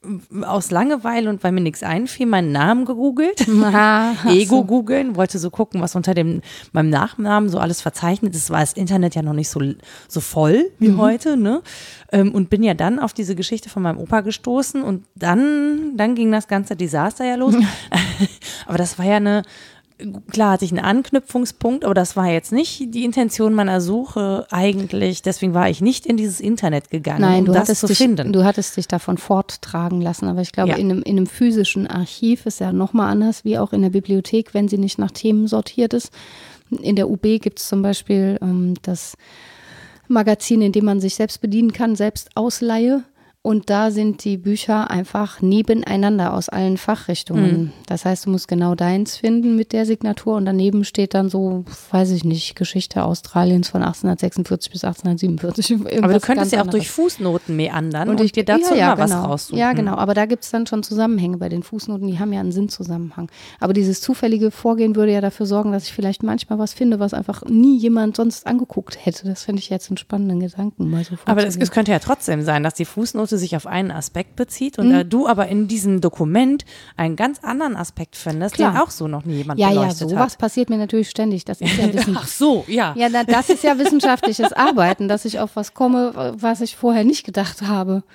aus Langeweile und weil mir nichts einfiel, meinen Namen gegoogelt. Aha, Ego so. googeln, wollte so gucken, was unter dem meinem Nachnamen so alles verzeichnet ist. War das Internet ja noch nicht so, so voll wie Mhm. heute, ne? Ähm, und bin ja dann auf diese Geschichte von meinem Opa gestoßen und dann, dann ging das ganze Desaster ja los. Aber das war ja eine, klar hatte ich einen Anknüpfungspunkt, aber das war jetzt nicht die Intention meiner Suche eigentlich. Deswegen war ich nicht in dieses Internet gegangen, Nein, um du das hattest, zu dich, finden. du hattest dich davon forttragen lassen, aber ich glaube, Ja. in, einem, in einem physischen Archiv ist ja nochmal anders, wie auch in der Bibliothek, wenn sie nicht nach Themen sortiert ist. In der U B gibt es zum Beispiel ähm, das Magazin, in dem man sich selbst bedienen kann, selbst Ausleihe. Und da sind die Bücher einfach nebeneinander aus allen Fachrichtungen. Mhm. Das heißt, du musst genau deins finden mit der Signatur und daneben steht dann so, weiß ich nicht, Geschichte Australiens von achtzehnhundertsechsundvierzig bis achtzehnhundertsiebenundvierzig. Aber du Irgendwas könntest ganz ja auch anderes. durch Fußnoten meandern und, ich- dir dazu ja, ja, immer was genau. raussuchen. Ja, genau. Aber da gibt es dann schon Zusammenhänge bei den Fußnoten, die haben ja einen Sinnzusammenhang. Aber dieses zufällige Vorgehen würde ja dafür sorgen, dass ich vielleicht manchmal was finde, was einfach nie jemand sonst angeguckt hätte. Das finde ich jetzt einen spannenden Gedanken, mal so Aber es, vorzugehen. es könnte ja trotzdem sein, dass die Fußnote sich auf einen Aspekt bezieht und Mhm. äh, du aber in diesem Dokument einen ganz anderen Aspekt findest, den Klar. auch so noch nie jemand Ja, ja, beleuchtet sowas hat. passiert mir natürlich ständig. Das ist ja Wissen. Ach so, ja. Ja, na, das ist ja wissenschaftliches Arbeiten, dass ich auf was komme, was ich vorher nicht gedacht habe.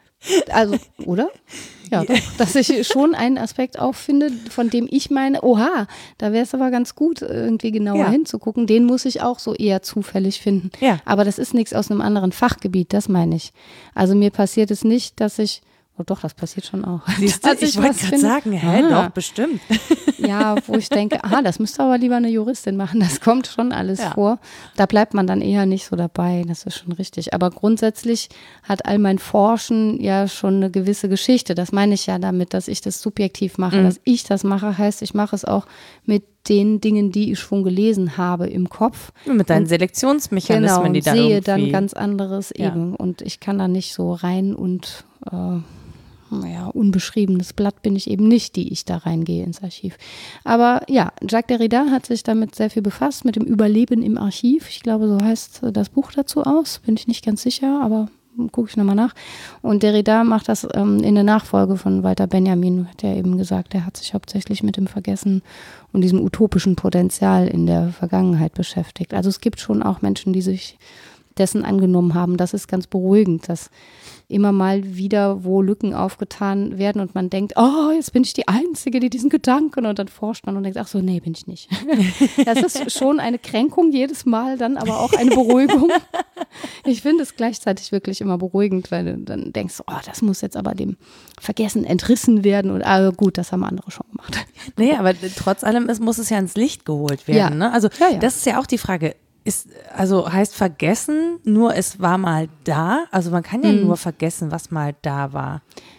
Also, oder? Ja, doch, dass ich schon einen Aspekt auffinde, von dem ich meine, oha, da wäre es aber ganz gut, irgendwie genauer Ja. hinzugucken. Den muss ich auch so eher zufällig finden. Ja. Aber das ist nichts aus einem anderen Fachgebiet, das meine ich. Also mir passiert es nicht, dass ich, oh doch, das passiert schon auch. Siehst du, Dass ich wollte was gerade finde. sagen, hä, Ah. doch, bestimmt. Ja, wo ich denke, aha, das müsste aber lieber eine Juristin machen, das kommt schon alles Ja. vor. Da bleibt man dann eher nicht so dabei, das ist schon richtig. Aber grundsätzlich hat all mein Forschen ja schon eine gewisse Geschichte. Das meine ich ja damit, dass ich das subjektiv mache. Mhm. Dass ich das mache, heißt, ich mache es auch mit den Dingen, die ich schon gelesen habe im Kopf. Mit deinen Selektionsmechanismen, Genau, die und da sehe irgendwie... dann ganz anderes Ja. eben. Und ich kann da nicht so rein und äh, naja, unbeschriebenes Blatt bin ich eben nicht, die ich da reingehe ins Archiv. Aber ja, Jacques Derrida hat sich damit sehr viel befasst, mit dem Überleben im Archiv. Ich glaube, so heißt das Buch dazu aus, bin ich nicht ganz sicher, aber gucke ich nochmal nach. Und Derrida macht das ähm, in der Nachfolge von Walter Benjamin, hat er eben gesagt, er hat sich hauptsächlich mit dem Vergessen und diesem utopischen Potenzial in der Vergangenheit beschäftigt. Also es gibt schon auch Menschen, die sich dessen angenommen haben. Das ist ganz beruhigend, dass immer mal wieder, wo Lücken aufgetan werden und man denkt, oh, jetzt bin ich die Einzige, die diesen Gedanken, und dann forscht man und denkt, ach so, nee, bin ich nicht. Das ist schon eine Kränkung jedes Mal, dann aber auch eine Beruhigung. Ich finde es gleichzeitig wirklich immer beruhigend, weil du dann denkst, oh, das muss jetzt aber dem Vergessen entrissen werden und ah, gut, das haben andere schon gemacht. Naja, aber trotz allem ist, muss es ja ins Licht geholt werden. Ja. Ne? Also Ja, ja. das ist ja auch die Frage. Ist, also heißt vergessen, nur es war mal da? Also man kann ja Mhm. nur vergessen, was mal da war.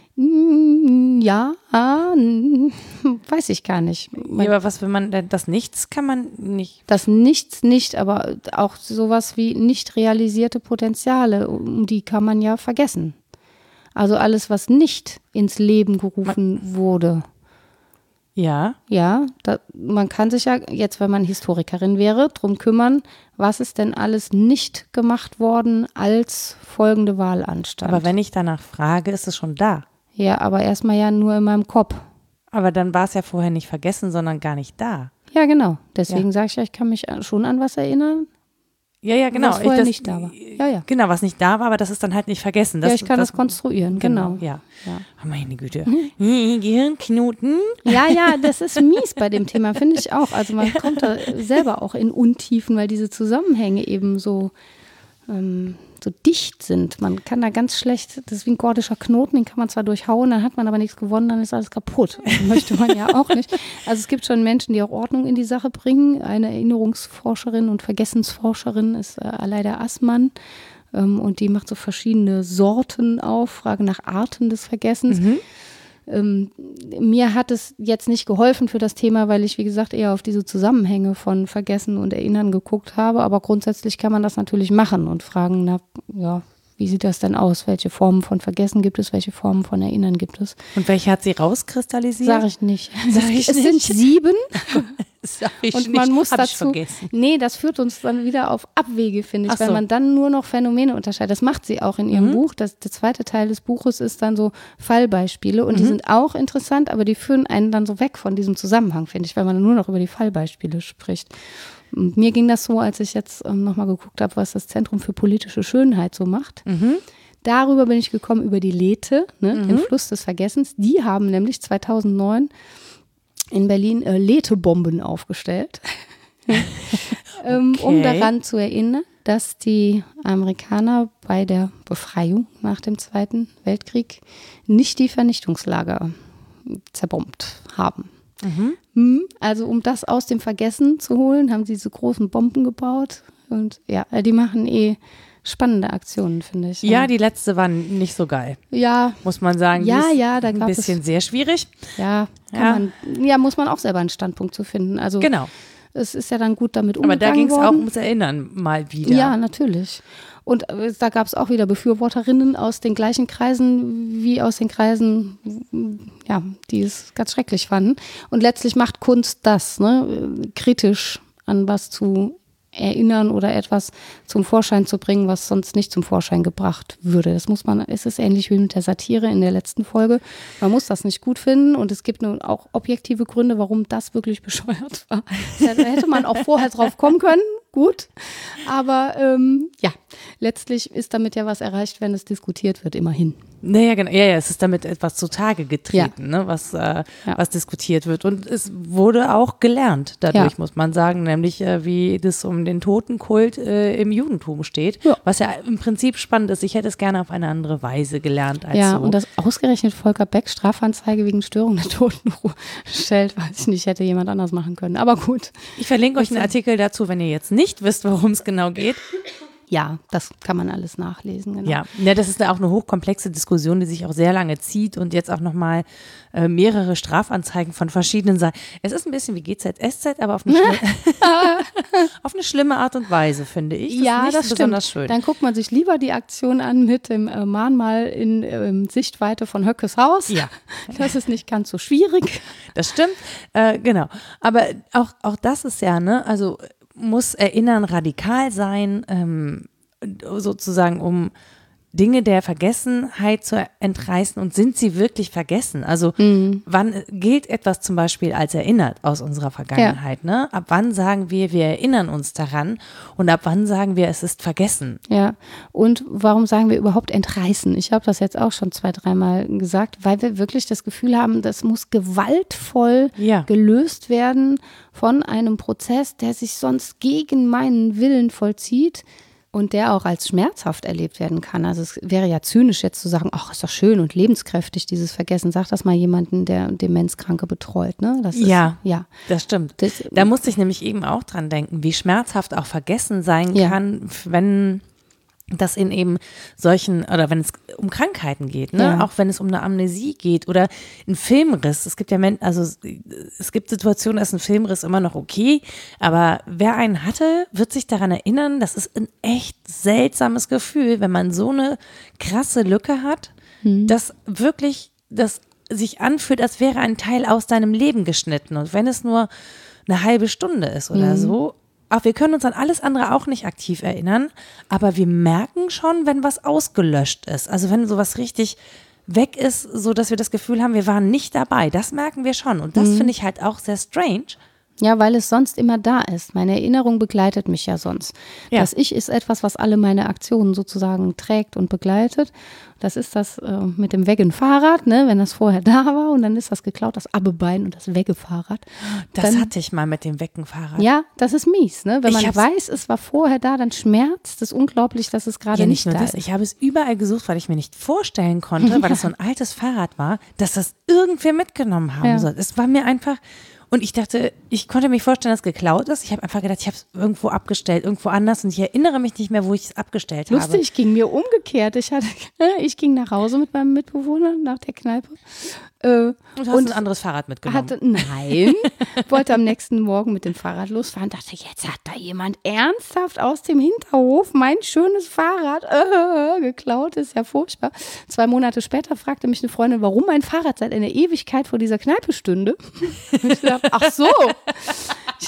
Mm, Ja, ah, n- weiß ich gar nicht. Ja, aber was, wenn man, das Nichts kann man nicht. Das Nichts nicht, aber auch sowas wie nicht realisierte Potenziale, um die kann man ja vergessen. Also alles, was nicht ins Leben gerufen wurde. Ja. Ja, da, man kann sich ja jetzt, wenn man Historikerin wäre, drum kümmern, was ist denn alles nicht gemacht worden, als folgende Wahl anstand. Aber wenn ich danach frage, ist es schon da. Ja, aber erstmal ja nur in meinem Kopf. Aber dann war es ja vorher nicht vergessen, sondern gar nicht da. Ja, genau. Deswegen Ja. sage ich ja, ich kann mich schon an was erinnern, Ja, ja, genau. was vorher ich, das, nicht da war. Ja, ja. Genau, was nicht da war, aber das ist dann halt nicht vergessen. Das, ja, ich kann das, konstruieren, genau. Ja. Ja. Oh, meine Güte. Gehirnknoten. Ja, ja, das ist mies bei dem Thema, finde ich auch. Also man kommt da selber auch in Untiefen, weil diese Zusammenhänge eben so, ähm, so dicht sind. Man kann da ganz schlecht, das ist wie ein gordischer Knoten, den kann man zwar durchhauen, dann hat man aber nichts gewonnen, dann ist alles kaputt. Das möchte man ja auch nicht. Also es gibt schon Menschen, die auch Ordnung in die Sache bringen. Eine Erinnerungsforscherin und Vergessensforscherin ist äh, Aleida Assmann. Ähm, und die macht so verschiedene Sorten auf, Frage nach Arten des Vergessens. Mhm. Ähm, mir hat es jetzt nicht geholfen für das Thema, weil ich, wie gesagt, eher auf diese Zusammenhänge von Vergessen und Erinnern geguckt habe. Aber grundsätzlich kann man das natürlich machen und fragen, na, ja, wie sieht das denn aus? Welche Formen von Vergessen gibt es? Welche Formen von Erinnern gibt es? Und welche hat sie rauskristallisiert? Sag ich nicht. Sag ich es nicht. sind sieben. Sag ich Und man nicht. muss Hab ich dazu, vergessen. nee, das führt uns dann wieder auf Abwege, finde ich, Ach weil so. man dann nur noch Phänomene unterscheidet. Das macht sie auch in ihrem Mhm. Buch. Das, der zweite Teil des Buches ist dann so Fallbeispiele und die Mhm. sind auch interessant, aber die führen einen dann so weg von diesem Zusammenhang, finde ich, weil man nur noch über die Fallbeispiele spricht. Und mir ging das so, als ich jetzt ähm, nochmal geguckt habe, was das Zentrum für politische Schönheit so macht. Mhm. Darüber bin ich gekommen, über die Lethe, ne, Mhm. den Fluss des Vergessens. Die haben nämlich zweitausendneun in Berlin äh, Lethe-Bomben aufgestellt, ähm, um Okay. daran zu erinnern, dass die Amerikaner bei der Befreiung nach dem Zweiten Weltkrieg nicht die Vernichtungslager zerbombt haben. Mhm. Hm, Also um das aus dem Vergessen zu holen, haben sie diese großen Bomben gebaut. Und ja, die machen eh spannende Aktionen, finde ich. Ja, die letzte war nicht so geil, ja, muss man sagen. Die Ja, ist ja, da ein gab es- bisschen sehr schwierig. ja, kann Ja. man, ja, muss man auch selber einen Standpunkt zu finden. Also Genau. es ist ja dann gut damit Aber umgegangen da ging es auch worden. ums Erinnern mal wieder. Ja, natürlich. Und äh, da gab es auch wieder Befürworterinnen aus den gleichen Kreisen wie aus den Kreisen, ja, die es ganz schrecklich fanden. Und letztlich macht Kunst das, ne, kritisch an was zu erinnern oder etwas zum Vorschein zu bringen, was sonst nicht zum Vorschein gebracht würde. Das muss man, es ist ähnlich wie mit der Satire in der letzten Folge. Man muss das nicht gut finden und es gibt nun auch objektive Gründe, warum das wirklich bescheuert war. Da hätte man auch vorher drauf kommen können, gut. Aber ähm, ja, letztlich ist damit ja was erreicht, wenn es diskutiert wird, immerhin. Naja, genau. Ja, ja, es ist damit etwas zutage getreten, ne, was, äh, Ja. was diskutiert wird. Und es wurde auch gelernt dadurch, Ja. muss man sagen, nämlich äh, wie das um den Totenkult äh, im Judentum steht. Ja. Was ja im Prinzip spannend ist. Ich hätte es gerne auf eine andere Weise gelernt als Ja, so. und dass ausgerechnet Volker Beck Strafanzeige wegen Störung der Totenruhe stellt, weiß ich nicht, hätte jemand anders machen können. Aber gut. Ich verlinke euch einen Artikel dazu, wenn ihr jetzt nicht wisst, worum es genau geht. Ja, das kann man alles nachlesen. Genau. Ja, ja, das ist auch eine hochkomplexe Diskussion, die sich auch sehr lange zieht und jetzt auch nochmal äh, mehrere Strafanzeigen von verschiedenen Seiten. Es ist ein bisschen wie G Z S Z, aber auf eine, schli- auf eine schlimme Art und Weise, finde ich. Das Ja, ist nicht das besonders stimmt. schön. Dann guckt man sich lieber die Aktion an mit dem äh, Mahnmal in ähm, Sichtweite von Höckes Haus. Ja. Das ist nicht ganz so schwierig. Das stimmt, äh, genau. Aber auch, auch das ist ja, ne, also muss Erinnern radikal sein, ähm, sozusagen um Dinge der Vergessenheit zu entreißen und sind sie wirklich vergessen? Also mhm. wann gilt etwas zum Beispiel als erinnert aus unserer Vergangenheit? Ja. Ne? Ab wann sagen wir, wir erinnern uns daran und ab wann sagen wir, es ist vergessen? Ja, und warum sagen wir überhaupt entreißen? Ich habe das jetzt auch schon zwei, dreimal gesagt, weil wir wirklich das Gefühl haben, das muss gewaltvoll ja. gelöst werden von einem Prozess, der sich sonst gegen meinen Willen vollzieht. Und der auch als schmerzhaft erlebt werden kann. Also es wäre ja zynisch jetzt zu sagen, ach, ist doch schön und lebenskräftig, dieses Vergessen. Sag das mal jemanden, der Demenzkranke betreut. Ne? Das ist, ja, ja, das stimmt. Das, da musste ich nämlich eben auch dran denken, wie schmerzhaft auch Vergessen sein ja. kann, wenn das in eben solchen, oder wenn es um Krankheiten geht, ne? Ja. Auch wenn es um eine Amnesie geht oder ein Filmriss. Es gibt ja, also es gibt Situationen, da ist ein Filmriss immer noch okay, aber wer einen hatte, wird sich daran erinnern, das ist ein echt seltsames Gefühl, wenn man so eine krasse Lücke hat, hm. dass wirklich das sich anfühlt, als wäre ein Teil aus deinem Leben geschnitten und wenn es nur eine halbe Stunde ist oder hm. so. Auch wir können uns an alles andere auch nicht aktiv erinnern, aber wir merken schon, wenn was ausgelöscht ist. Also wenn sowas richtig weg ist, so dass wir das Gefühl haben, wir waren nicht dabei. Das merken wir schon. Und das mhm. finde ich halt auch sehr strange. Ja, weil es sonst immer da ist. Meine Erinnerung begleitet mich ja sonst. Ja. Das Ich ist etwas, was alle meine Aktionen sozusagen trägt und begleitet. Das ist das äh, mit dem Weggen-Fahrrad, ne, wenn das vorher da war und dann ist das geklaut, das Abbebein und das Wegge-Fahrrad. Das dann, hatte ich mal mit dem Weggen-Fahrrad. Ja, das ist mies, ne? Wenn man weiß, es war vorher da, dann schmerzt es unglaublich, dass es gerade ja, nicht, nicht nur da das. ist. Ich habe es überall gesucht, weil ich mir nicht vorstellen konnte, ja. weil das so ein altes Fahrrad war, dass das irgendwer mitgenommen haben ja. soll. Es war mir einfach... Und ich dachte, ich konnte mir vorstellen, dass es geklaut ist. Ich habe einfach gedacht, ich habe es irgendwo abgestellt, irgendwo anders. Und ich erinnere mich nicht mehr, wo ich es abgestellt Lustig, habe. Lustig, ging mir umgekehrt. Ich, hatte, ich ging nach Hause mit meinem Mitbewohner nach der Kneipe. Äh, und hast und ein anderes Fahrrad mitgenommen? Hatte, nein, wollte am nächsten Morgen mit dem Fahrrad losfahren. Dachte, jetzt hat da jemand ernsthaft aus dem Hinterhof mein schönes Fahrrad äh, geklaut. Ist ja furchtbar. Zwei Monate später fragte mich eine Freundin, warum mein Fahrrad seit einer Ewigkeit vor dieser Kneipe stünde. Und ich dachte, ach so. Ich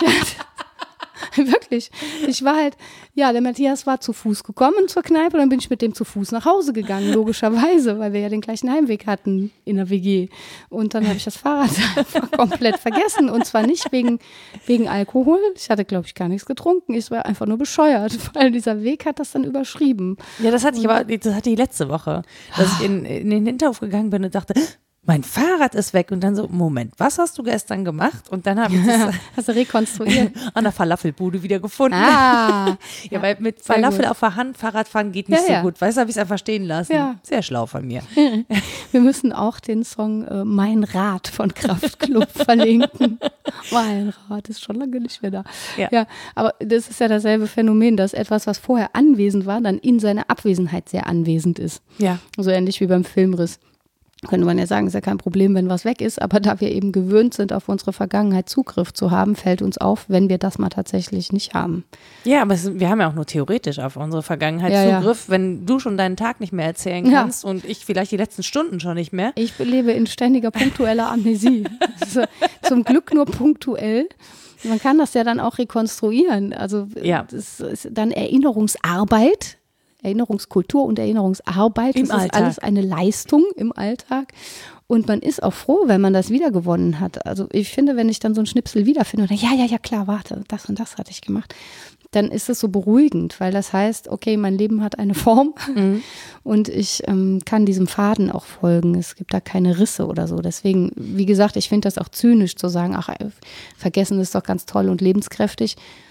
hatte, wirklich. Ich war halt, ja, der Matthias war zu Fuß gekommen zur Kneipe, dann bin ich mit dem zu Fuß nach Hause gegangen, logischerweise, weil wir ja den gleichen Heimweg hatten in der W G. Und dann habe ich das Fahrrad einfach komplett vergessen und zwar nicht wegen, wegen Alkohol. Ich hatte, glaube ich, gar nichts getrunken. Ich war einfach nur bescheuert, weil dieser Weg hat das dann überschrieben. Ja, das hatte ich aber, das hatte ich letzte Woche, dass ich in, in den Hinterhof gegangen bin und dachte, mein Fahrrad ist weg und dann so, Moment, was hast du gestern gemacht? Und dann habe ich das hast du rekonstruiert an der Falafelbude wieder gefunden. Ah, ja, ja, weil mit Falafel auf der Hand Fahrradfahren geht nicht ja, so ja. gut. Weißt du, habe ich es einfach stehen lassen. Ja. Sehr schlau von mir. Wir müssen auch den Song äh, Mein Rad von Kraftklub verlinken. Mein Rad ist schon lange nicht mehr da. Ja. ja, aber das ist ja dasselbe Phänomen, dass etwas, was vorher anwesend war, dann in seiner Abwesenheit sehr anwesend ist. Ja. So ähnlich wie beim Filmriss. Könnte man ja sagen, ist ja kein Problem, wenn was weg ist, aber da wir eben gewöhnt sind, auf unsere Vergangenheit Zugriff zu haben, fällt uns auf, wenn wir das mal tatsächlich nicht haben. Ja, aber es, wir haben ja auch nur theoretisch auf unsere Vergangenheit ja, Zugriff, ja. wenn du schon deinen Tag nicht mehr erzählen kannst ja. und ich vielleicht die letzten Stunden schon nicht mehr. Ich lebe in ständiger punktueller Amnesie. Also, zum Glück nur punktuell. Man kann das ja dann auch rekonstruieren. Also ja. das ist dann Erinnerungsarbeit. Erinnerungskultur und Erinnerungsarbeit. Im das Alltag. ist alles eine Leistung im Alltag. Und man ist auch froh, wenn man das wiedergewonnen hat. Also ich finde, wenn ich dann so einen Schnipsel wiederfinde und denke, ja, ja, ja, klar, warte, das und das hatte ich gemacht, dann ist es so beruhigend, weil das heißt, okay, mein Leben hat eine Form mhm. und ich ähm, kann diesem Faden auch folgen. Es gibt da keine Risse oder so. Deswegen, wie gesagt, ich finde das auch zynisch zu sagen, ach, vergessen ist doch ganz toll und lebenskräftig.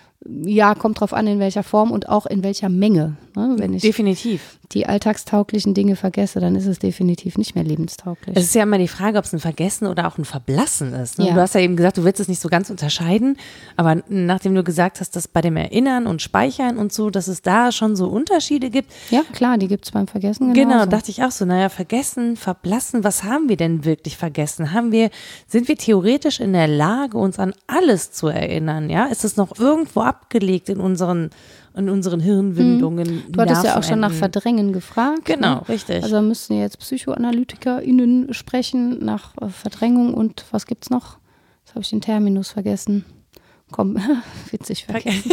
Ja, kommt drauf an, in welcher Form und auch in welcher Menge. Ne? Wenn ich definitiv. die alltagstauglichen Dinge vergesse, dann ist es definitiv nicht mehr lebenstauglich. Es ist ja immer die Frage, ob es ein Vergessen oder auch ein Verblassen ist. Ne? Ja. Du hast ja eben gesagt, du willst es nicht so ganz unterscheiden, aber nachdem du gesagt hast, dass bei dem Erinnern und Speichern und so, dass es da schon so Unterschiede gibt. Ja, klar, die gibt es beim Vergessen genauso. Genau, genauso. Dachte ich auch so, naja, vergessen, verblassen, was haben wir denn wirklich vergessen? Haben wir, sind wir theoretisch in der Lage, uns an alles zu erinnern? Ja, ist es noch irgendwo abgelegt in unseren in unseren Hirnwindungen. Du hattest ja auch schon nach Verdrängen gefragt. Genau, ne? richtig. Also müssen jetzt PsychoanalytikerInnen sprechen nach Verdrängung und was gibt's noch? Jetzt habe ich den Terminus vergessen. Komm, witzig vergessen.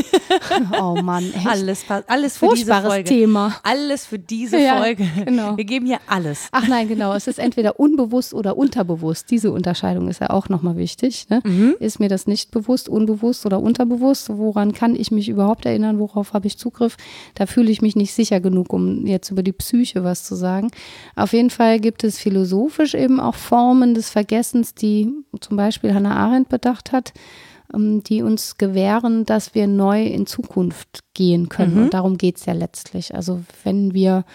Oh Mann, echt. Alles, alles für diese Folge. Thema. Alles für diese ja, Folge. Genau. Wir geben hier alles. Ach nein, genau. Es ist entweder unbewusst oder unterbewusst. Diese Unterscheidung ist ja auch nochmal wichtig. Ne? Mhm. Ist mir das nicht bewusst, unbewusst oder unterbewusst? Woran kann ich mich überhaupt erinnern? Worauf habe ich Zugriff? Da fühle ich mich nicht sicher genug, um jetzt über die Psyche was zu sagen. Auf jeden Fall gibt es philosophisch eben auch Formen des Vergessens, die zum Beispiel Hannah Arendt bedacht hat, die uns gewähren, dass wir neu in Zukunft gehen können. Mhm. Und darum geht es ja letztlich. Also wenn wir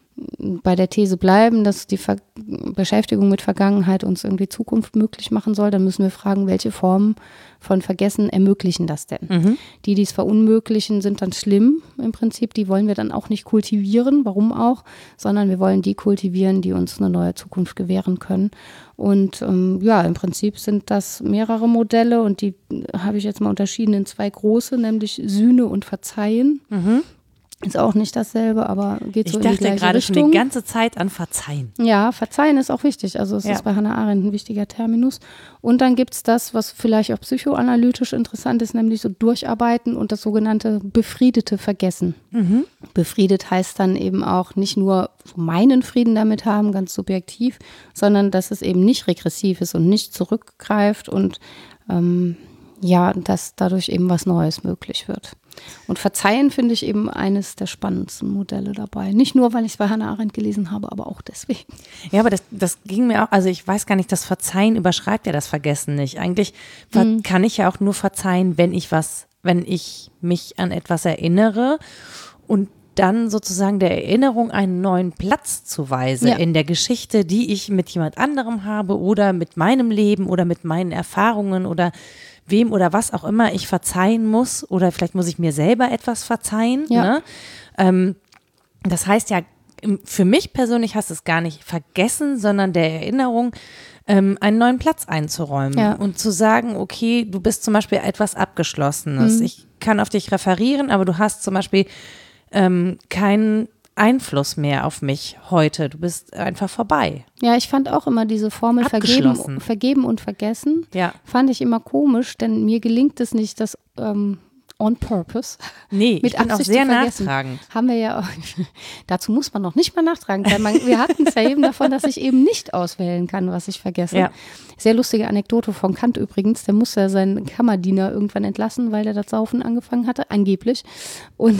bei der These bleiben, dass die Ver- Beschäftigung mit Vergangenheit uns irgendwie Zukunft möglich machen soll, dann müssen wir fragen, welche Formen von Vergessen ermöglichen das denn? Mhm. Die, die es verunmöglichen, sind dann schlimm im Prinzip. Die wollen wir dann auch nicht kultivieren, warum auch, sondern wir wollen die kultivieren, die uns eine neue Zukunft gewähren können. Und ähm, ja, im Prinzip sind das mehrere Modelle und die habe ich jetzt mal unterschieden in zwei große, nämlich Sühne und Verzeihen. Mhm. Ist auch nicht dasselbe, aber geht so in die gleiche Richtung. Ich dachte gerade schon die ganze Zeit an Verzeihen. Ja, Verzeihen ist auch wichtig. Also es ja. ist bei Hannah Arendt ein wichtiger Terminus. Und dann gibt es das, was vielleicht auch psychoanalytisch interessant ist, nämlich so Durcharbeiten und das sogenannte befriedete Vergessen. Mhm. Befriedet heißt dann eben auch nicht nur meinen Frieden damit haben, ganz subjektiv, sondern dass es eben nicht regressiv ist und nicht zurückgreift und ähm, ja, dass dadurch eben was Neues möglich wird. Und Verzeihen finde ich eben eines der spannendsten Modelle dabei. Nicht nur, weil ich es bei Hannah Arendt gelesen habe, aber auch deswegen. Ja, aber das, das ging mir auch, also ich weiß gar nicht, das Verzeihen überschreibt ja das Vergessen nicht. Eigentlich ver- mhm. kann ich ja auch nur verzeihen, wenn ich was, wenn ich mich an etwas erinnere und dann sozusagen der Erinnerung einen neuen Platz zuweise ja. in der Geschichte, die ich mit jemand anderem habe oder mit meinem Leben oder mit meinen Erfahrungen oder wem oder was auch immer ich verzeihen muss oder vielleicht muss ich mir selber etwas verzeihen. Ja. Ne? Ähm, das heißt ja, für mich persönlich heißt es gar nicht vergessen, sondern der Erinnerung ähm, einen neuen Platz einzuräumen ja. und zu sagen, okay, du bist zum Beispiel etwas Abgeschlossenes. Mhm. Ich kann auf dich referieren, aber du hast zum Beispiel ähm, keinen Einfluss mehr auf mich heute. Du bist einfach vorbei. Ja, ich fand auch immer diese Formel vergeben, vergeben und vergessen, ja. fand ich immer komisch, denn mir gelingt es nicht, das ähm, on purpose. Nee, mit ich bin Absicht auch sehr zu vergessen. nachtragend. Haben wir ja auch, dazu muss man noch nicht mal nachtragen sein. Man, wir hatten es ja eben davon, dass ich eben nicht auswählen kann, was ich vergesse. Ja. Sehr lustige Anekdote von Kant übrigens. Der musste ja seinen Kammerdiener irgendwann entlassen, weil der das Saufen angefangen hatte, angeblich. Und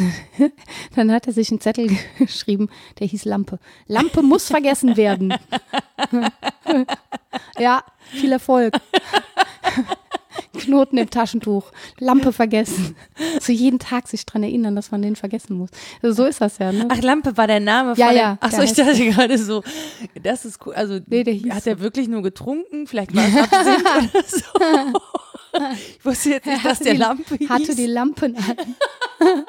dann hat er sich einen Zettel geschrieben, der hieß Lampe. Lampe muss vergessen werden. Ja, viel Erfolg. Knoten im Taschentuch, Lampe vergessen. So jeden Tag sich dran erinnern, dass man den vergessen muss. Also so ist das ja, ne? Ach, Lampe war der Name ja, von ja, Ach so, ich dachte gerade so, das ist cool. Also nee, der hieß hat er so. Wirklich nur getrunken? Vielleicht war es Absinth oder so. Ich wusste jetzt nicht, dass der die, Lampe hieß. Hatte die Lampen an.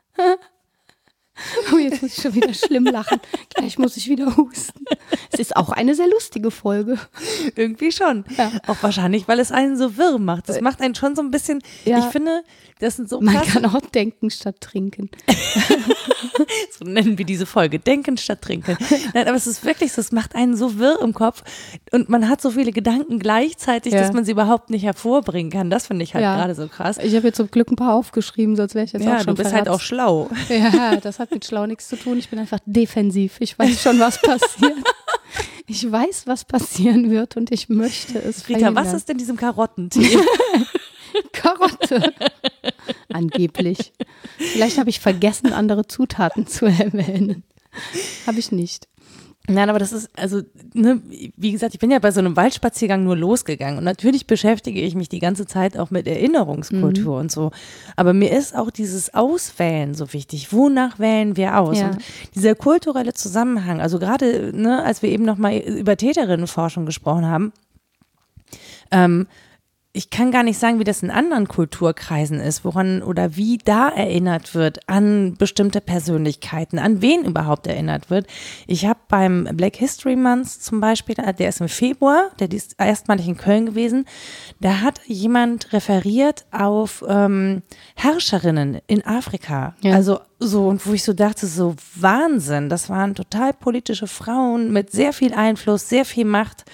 Oh, jetzt muss ich schon wieder schlimm lachen. Gleich muss ich wieder husten. Es ist auch eine sehr lustige Folge. Irgendwie schon. Ja. Auch wahrscheinlich, weil es einen so wirr macht. Das macht einen schon so ein bisschen, ja. Ich finde, das sind so Man krass. Kann auch denken statt trinken. So nennen wir diese Folge, denken statt trinken. Nein, aber es ist wirklich so, es macht einen so wirr im Kopf und man hat so viele Gedanken gleichzeitig, ja. dass man sie überhaupt nicht hervorbringen kann. Das finde ich halt ja. gerade so krass. Ich habe jetzt zum Glück ein paar aufgeschrieben, sonst wäre ich jetzt ja, auch schon du bist verratzt. halt auch schlau. Ja, das hat mit schlau nichts zu tun. Ich bin einfach defensiv. Ich weiß schon, was passiert. Ich weiß, was passieren wird und ich möchte es verhindern. Rita, was ist in diesem Karottentee? Karotte. Angeblich. Vielleicht habe ich vergessen, andere Zutaten zu erwähnen. Habe ich nicht. Nein, aber das ist, also, ne, wie gesagt, ich bin ja bei so einem Waldspaziergang nur losgegangen und natürlich beschäftige ich mich die ganze Zeit auch mit Erinnerungskultur mhm. und so. Aber mir ist auch dieses Auswählen so wichtig. Wonach wählen wir aus? Ja. Und dieser kulturelle Zusammenhang, also gerade, ne, als wir eben nochmal über Täterinnenforschung gesprochen haben, ähm, ich kann gar nicht sagen, wie das in anderen Kulturkreisen ist, woran oder wie da erinnert wird an bestimmte Persönlichkeiten, an wen überhaupt erinnert wird. Ich habe beim Black History Month zum Beispiel, der ist im Februar, der ist erstmalig in Köln gewesen, da hat jemand referiert auf ähm, Herrscherinnen in Afrika. Ja. Also so, und wo ich so dachte, so Wahnsinn, das waren total politische Frauen mit sehr viel Einfluss, sehr viel Macht.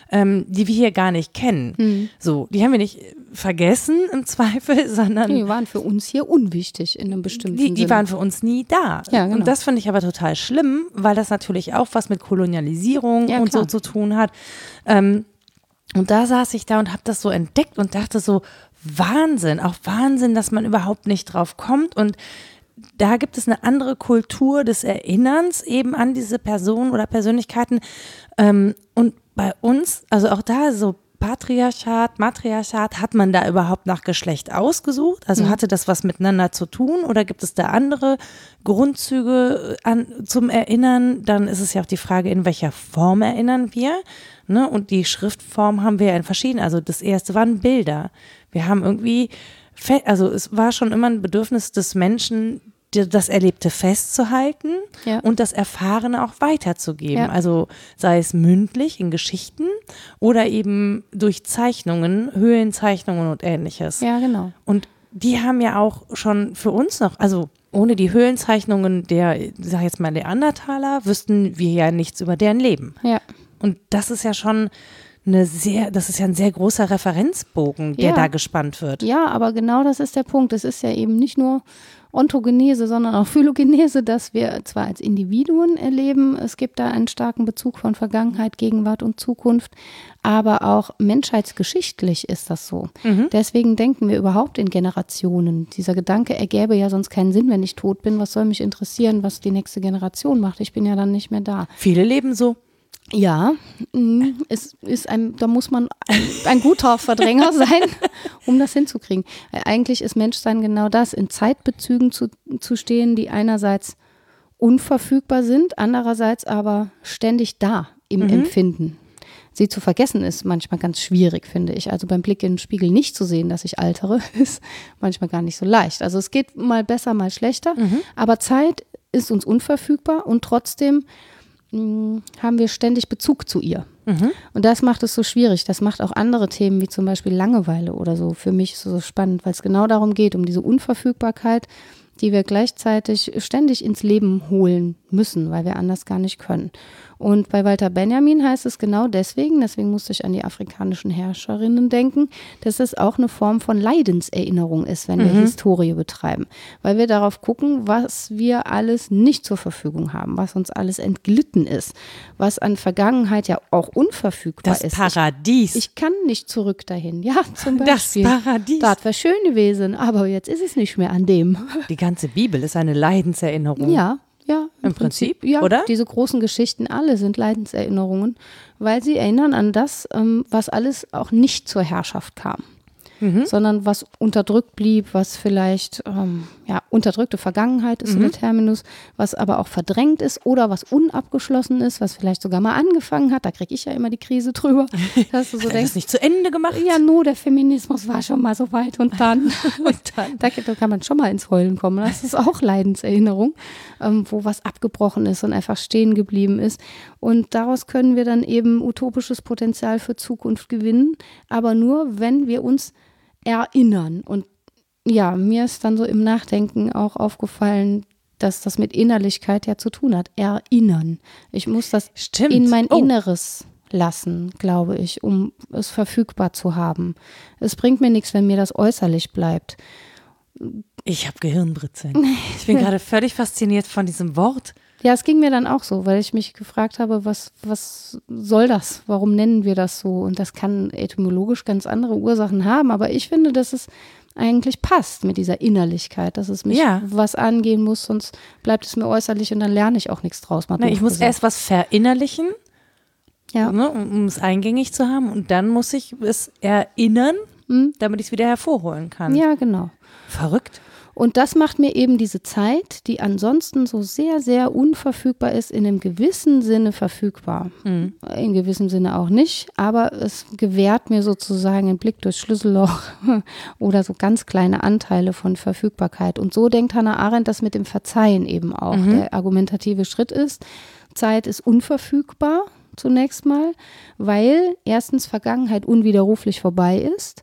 ähm, die wir hier gar nicht kennen. Mhm. So, die haben wir nicht vergessen im Zweifel, sondern die waren für uns hier unwichtig in einem bestimmten die, die Sinne. waren für uns nie da. Ja, genau. Und das finde ich aber total schlimm, weil das natürlich auch was mit Kolonialisierung ja, und klar. so zu tun hat. Ähm, und da saß ich da und habe das so entdeckt und dachte so, Wahnsinn, auch Wahnsinn, dass man überhaupt nicht drauf kommt. Und da gibt es eine andere Kultur des Erinnerns eben an diese Personen oder Persönlichkeiten. Ähm, und bei uns, also auch da so Patriarchat, Matriarchat, hat man da überhaupt nach Geschlecht ausgesucht? Also Mhm. hatte das was miteinander zu tun oder gibt es da andere Grundzüge an, zum Erinnern? Dann ist es ja auch die Frage, in welcher Form erinnern wir? Ne? Und die Schriftform haben wir ja in verschiedenen. Also das erste waren Bilder. Wir haben irgendwie, fe- also es war schon immer ein Bedürfnis des Menschen, das Erlebte festzuhalten ja. und das Erfahrene auch weiterzugeben. Ja. Also sei es mündlich in Geschichten oder eben durch Zeichnungen, Höhlenzeichnungen und ähnliches. Ja, genau. Und die haben ja auch schon für uns noch, also ohne die Höhlenzeichnungen der, sag ich jetzt mal, Neandertaler, wüssten wir ja nichts über deren Leben. Ja. Und das ist ja schon eine sehr, das ist ja ein sehr großer Referenzbogen, der Ja. da gespannt wird. Ja, aber genau das ist der Punkt. Es ist ja eben nicht nur Ontogenese, sondern auch Phylogenese, dass wir zwar als Individuen erleben, es gibt da einen starken Bezug von Vergangenheit, Gegenwart und Zukunft, aber auch menschheitsgeschichtlich ist das so. Mhm. Deswegen denken wir überhaupt in Generationen. Dieser Gedanke ergäbe ja sonst keinen Sinn, wenn ich tot bin. Was soll mich interessieren, was die nächste Generation macht? Ich bin ja dann nicht mehr da. Viele leben so. Ja, es ist ein, da muss man ein, ein guter Verdränger sein, um das hinzukriegen. Eigentlich ist Menschsein genau das, in Zeitbezügen zu, zu stehen, die einerseits unverfügbar sind, andererseits aber ständig da im mhm. Empfinden. Sie zu vergessen ist manchmal ganz schwierig, finde ich. Also beim Blick in den Spiegel nicht zu sehen, dass ich altere, ist manchmal gar nicht so leicht. Also es geht mal besser, mal schlechter, mhm. aber Zeit ist uns unverfügbar und trotzdem haben wir ständig Bezug zu ihr. Mhm. Und das macht es so schwierig. Das macht auch andere Themen, wie zum Beispiel Langeweile oder so, für mich so spannend, weil es genau darum geht, um diese Unverfügbarkeit, die wir gleichzeitig ständig ins Leben holen müssen, weil wir anders gar nicht können. Und bei Walter Benjamin heißt es genau deswegen, deswegen musste ich an die afrikanischen Herrscherinnen denken, dass es auch eine Form von Leidenserinnerung ist, wenn wir mhm. Historie betreiben. Weil wir darauf gucken, was wir alles nicht zur Verfügung haben, was uns alles entglitten ist, was an Vergangenheit ja auch unverfügbar das ist. Das Paradies. Ich, ich kann nicht zurück dahin. Ja, zum Beispiel. Das Paradies. Das wäre schön gewesen, aber jetzt ist es nicht mehr an dem. Die ganze Bibel ist eine Leidenserinnerung. Ja. Ja, im, Im Prinzip, Prinzip, ja, oder? Diese großen Geschichten alle sind Leidenserinnerungen, weil sie erinnern an das, ähm, was alles auch nicht zur Herrschaft kam, mhm. sondern was unterdrückt blieb, was vielleicht ähm, ja, unterdrückte Vergangenheit ist mhm. so der Terminus, was aber auch verdrängt ist oder was unabgeschlossen ist, was vielleicht sogar mal angefangen hat. Da kriege ich ja immer die Krise drüber. Dass du so hat denkst, das nicht zu Ende gemacht? Ja, nur der Feminismus war schon mal so weit und dann. und dann. Da, da kann man schon mal ins Heulen kommen. Das ist auch Leidenserinnerung, ähm, wo was abgebrochen ist und einfach stehen geblieben ist. Und daraus können wir dann eben utopisches Potenzial für Zukunft gewinnen, aber nur, wenn wir uns erinnern. Und ja, mir ist dann so im Nachdenken auch aufgefallen, dass das mit Innerlichkeit ja zu tun hat. Erinnern. Ich muss das Stimmt. in mein oh. Inneres lassen, glaube ich, um es verfügbar zu haben. Es bringt mir nichts, wenn mir das äußerlich bleibt. Ich habe Gehirnbritzeln. Ich bin gerade völlig fasziniert von diesem Wort. Ja, es ging mir dann auch so, weil ich mich gefragt habe, was, was soll das? Warum nennen wir das so? Und das kann etymologisch ganz andere Ursachen haben, aber ich finde, dass es eigentlich passt mit dieser Innerlichkeit, dass es mich ja. was angehen muss, sonst bleibt es mir äußerlich und dann lerne ich auch nichts draus. Mal Na, ich muss gesagt. erst was verinnerlichen, ja. ne, um, um es eingängig zu haben und dann muss ich es erinnern, hm? damit ich es wieder hervorholen kann. Ja, genau. Verrückt. Und das macht mir eben diese Zeit, die ansonsten so sehr, sehr unverfügbar ist, in einem gewissen Sinne verfügbar. Mhm. In gewissem Sinne auch nicht, aber es gewährt mir sozusagen einen Blick durchs Schlüsselloch oder so ganz kleine Anteile von Verfügbarkeit. Und so denkt Hannah Arendt das mit dem Verzeihen eben auch. Mhm. Der argumentative Schritt ist, Zeit ist unverfügbar zunächst mal, weil erstens Vergangenheit unwiderruflich vorbei ist.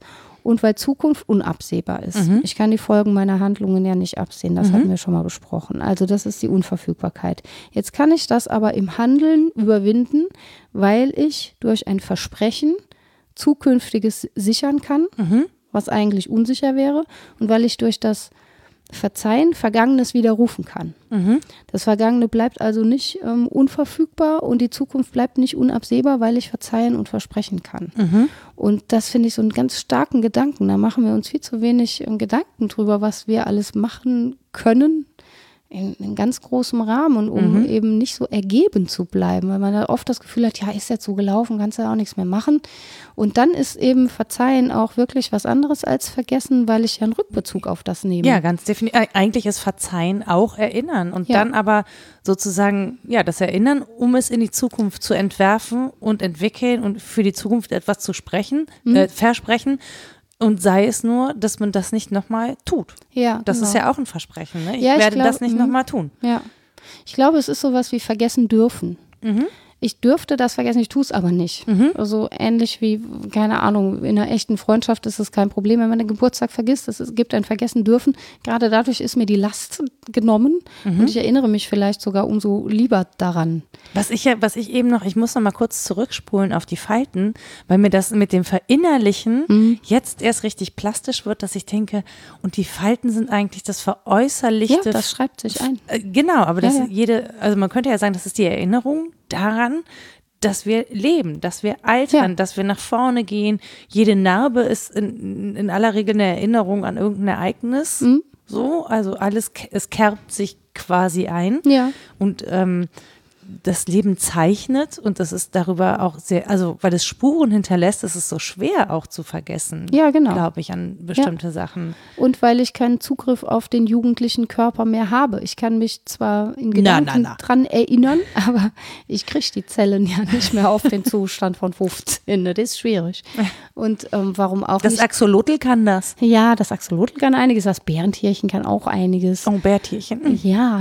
und weil Zukunft unabsehbar ist. Mhm. Ich kann die Folgen meiner Handlungen ja nicht absehen, das Mhm. hatten wir schon mal besprochen. Also das ist die Unverfügbarkeit. Jetzt kann ich das aber im Handeln überwinden, weil ich durch ein Versprechen Zukünftiges sichern kann, Mhm. was eigentlich unsicher wäre, und weil ich durch das Verzeihen Vergangenes widerrufen kann. Mhm. Das Vergangene bleibt also nicht ähm, unverfügbar und die Zukunft bleibt nicht unabsehbar, weil ich verzeihen und versprechen kann. Mhm. Und das finde ich so einen ganz starken Gedanken. Da machen wir uns viel zu wenig ähm, Gedanken drüber, was wir alles machen können in, in ganz großem Rahmen, um Mhm. eben nicht so ergeben zu bleiben, weil man da oft das Gefühl hat, ja, ist jetzt so gelaufen, kannst ja auch nichts mehr machen. Und dann ist eben Verzeihen auch wirklich was anderes als Vergessen, weil ich ja einen Rückbezug auf das nehme. Ja, ganz definitiv. Eigentlich ist Verzeihen auch Erinnern und Ja. dann aber sozusagen, ja, das Erinnern, um es in die Zukunft zu entwerfen und entwickeln und für die Zukunft etwas zu sprechen, Mhm. äh, versprechen. Und sei es nur, dass man das nicht nochmal tut. Ja, Das genau. ist ja auch ein Versprechen. Ne? Ich Ja, ich werde glaub, das nicht mhm. nochmal tun. Ja, ich glaube, es ist sowas wie vergessen dürfen. Mhm. Ich dürfte das vergessen, ich tue es aber nicht. Mhm. Also ähnlich wie, keine Ahnung, in einer echten Freundschaft ist es kein Problem, wenn man den Geburtstag vergisst. Es gibt ein Vergessen dürfen. Gerade dadurch ist mir die Last genommen Mhm. und ich erinnere mich vielleicht sogar umso lieber daran. Was ich ja, was ich eben noch, ich muss noch mal kurz zurückspulen auf die Falten, weil mir das mit dem Verinnerlichen Mhm. jetzt erst richtig plastisch wird, dass ich denke, und die Falten sind eigentlich das Veräußerlichte. Ja, das schreibt sich ein. Äh, Genau, aber das Ja, ja. jede, also man könnte ja sagen, das ist die Erinnerung daran, dass wir leben, dass wir altern, Ja. dass wir nach vorne gehen. Jede Narbe ist in, in aller Regel eine Erinnerung an irgendein Ereignis. Mhm. So, also alles, ke- es kerbt sich quasi ein. Ja. Und ähm, das Leben zeichnet und das ist darüber auch sehr, also weil es Spuren hinterlässt, ist es so schwer auch zu vergessen, Ja, genau. glaube ich, an bestimmte Sachen. Und weil ich keinen Zugriff auf den jugendlichen Körper mehr habe. Ich kann mich zwar in Na, Gedanken na, na. dran erinnern, aber ich kriege die Zellen ja nicht mehr auf den Zustand von fünfzehn. Das ist schwierig. Und ähm, warum auch Das nicht? Axolotl kann das. Ja, das Axolotl kann einiges, das Bärentierchen kann auch einiges. Oh, Bärtierchen. Ja,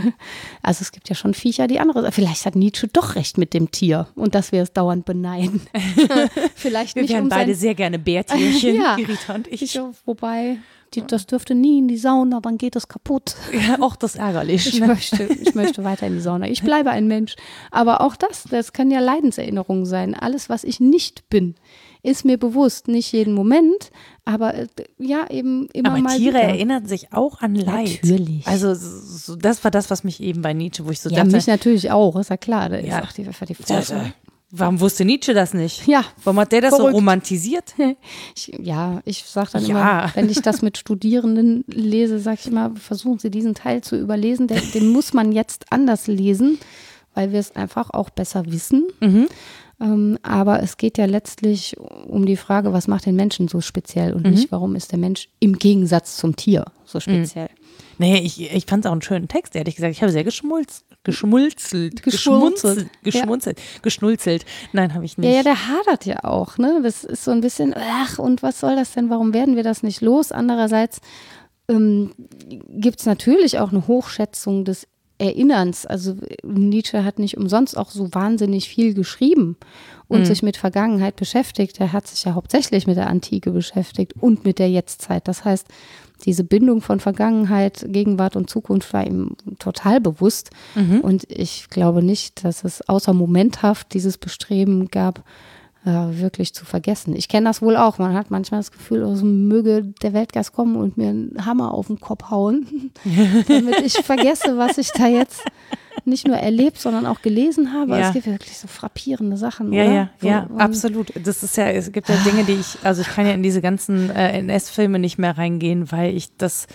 also es gibt ja schon Viecher, die andere. Vielleicht hat Nietzsche doch recht mit dem Tier und dass wir es dauernd beneiden. Vielleicht Wir nicht wären um beide sein, sehr gerne Bärtierchen, Ja. Rita und ich. ich, wobei, die, das dürfte nie in die Sauna, dann geht es kaputt. Ja, auch das ist ärgerlich. Ich Ne? möchte, ich möchte weiter in die Sauna. Ich bleibe ein Mensch. Aber auch das, das kann ja Leidenserinnerungen sein. Alles, was ich nicht bin, ist mir bewusst. Nicht jeden Moment, aber äh, ja, eben immer Aber mal Tiere wieder. erinnern sich auch an Leid. Natürlich. Also so, das war das, was mich eben bei Nietzsche, wo ich so Ja, dachte, mich natürlich auch, ist ja klar. Da Ja. ist auch die, die das, Forschung. äh, warum wusste Nietzsche das nicht? Ja, Warum hat der das so verrückt. romantisiert? Ich, ja, ich sage dann Ja. immer, wenn ich das mit Studierenden lese, sage ich immer, versuchen Sie diesen Teil zu überlesen. Den, den muss man jetzt anders lesen, weil wir es einfach auch besser wissen. Mhm. Ähm, aber es geht ja letztlich um die Frage, was macht den Menschen so speziell und Mhm. nicht, warum ist der Mensch im Gegensatz zum Tier so speziell. Nee, ich, ich fand es auch einen schönen Text, ehrlich gesagt. Ich habe sehr geschmulz, geschmulzelt, Geschmunzelt. geschmunzelt, geschmunzelt, geschnulzelt. Nein, habe ich nicht. Ja, ja, der hadert ja auch, ne? Das ist so ein bisschen, ach, und was soll das denn? Warum werden wir das nicht los? Andererseits ähm, gibt es natürlich auch eine Hochschätzung des Erinnerns. Also Nietzsche hat nicht umsonst auch so wahnsinnig viel geschrieben und Mhm. sich mit Vergangenheit beschäftigt. Er hat sich ja hauptsächlich mit der Antike beschäftigt und mit der Jetztzeit. Das heißt, diese Bindung von Vergangenheit, Gegenwart und Zukunft war ihm total bewusst. Mhm. Und ich glaube nicht, dass es außer momenthaft dieses Bestreben gab, äh, wirklich zu vergessen. Ich kenne das wohl auch. Man hat manchmal das Gefühl, oh, es möge der Weltgeist kommen und mir einen Hammer auf den Kopf hauen, damit ich vergesse, was ich da jetzt nicht nur erlebt, sondern auch gelesen habe. Ja. Es gibt wirklich so frappierende Sachen, Ja, oder? ja, Wo- ja, wo- absolut. Das ist ja, es gibt ja Dinge, die ich, also ich kann ja in diese ganzen äh, N S-Filme nicht mehr reingehen, weil ich das,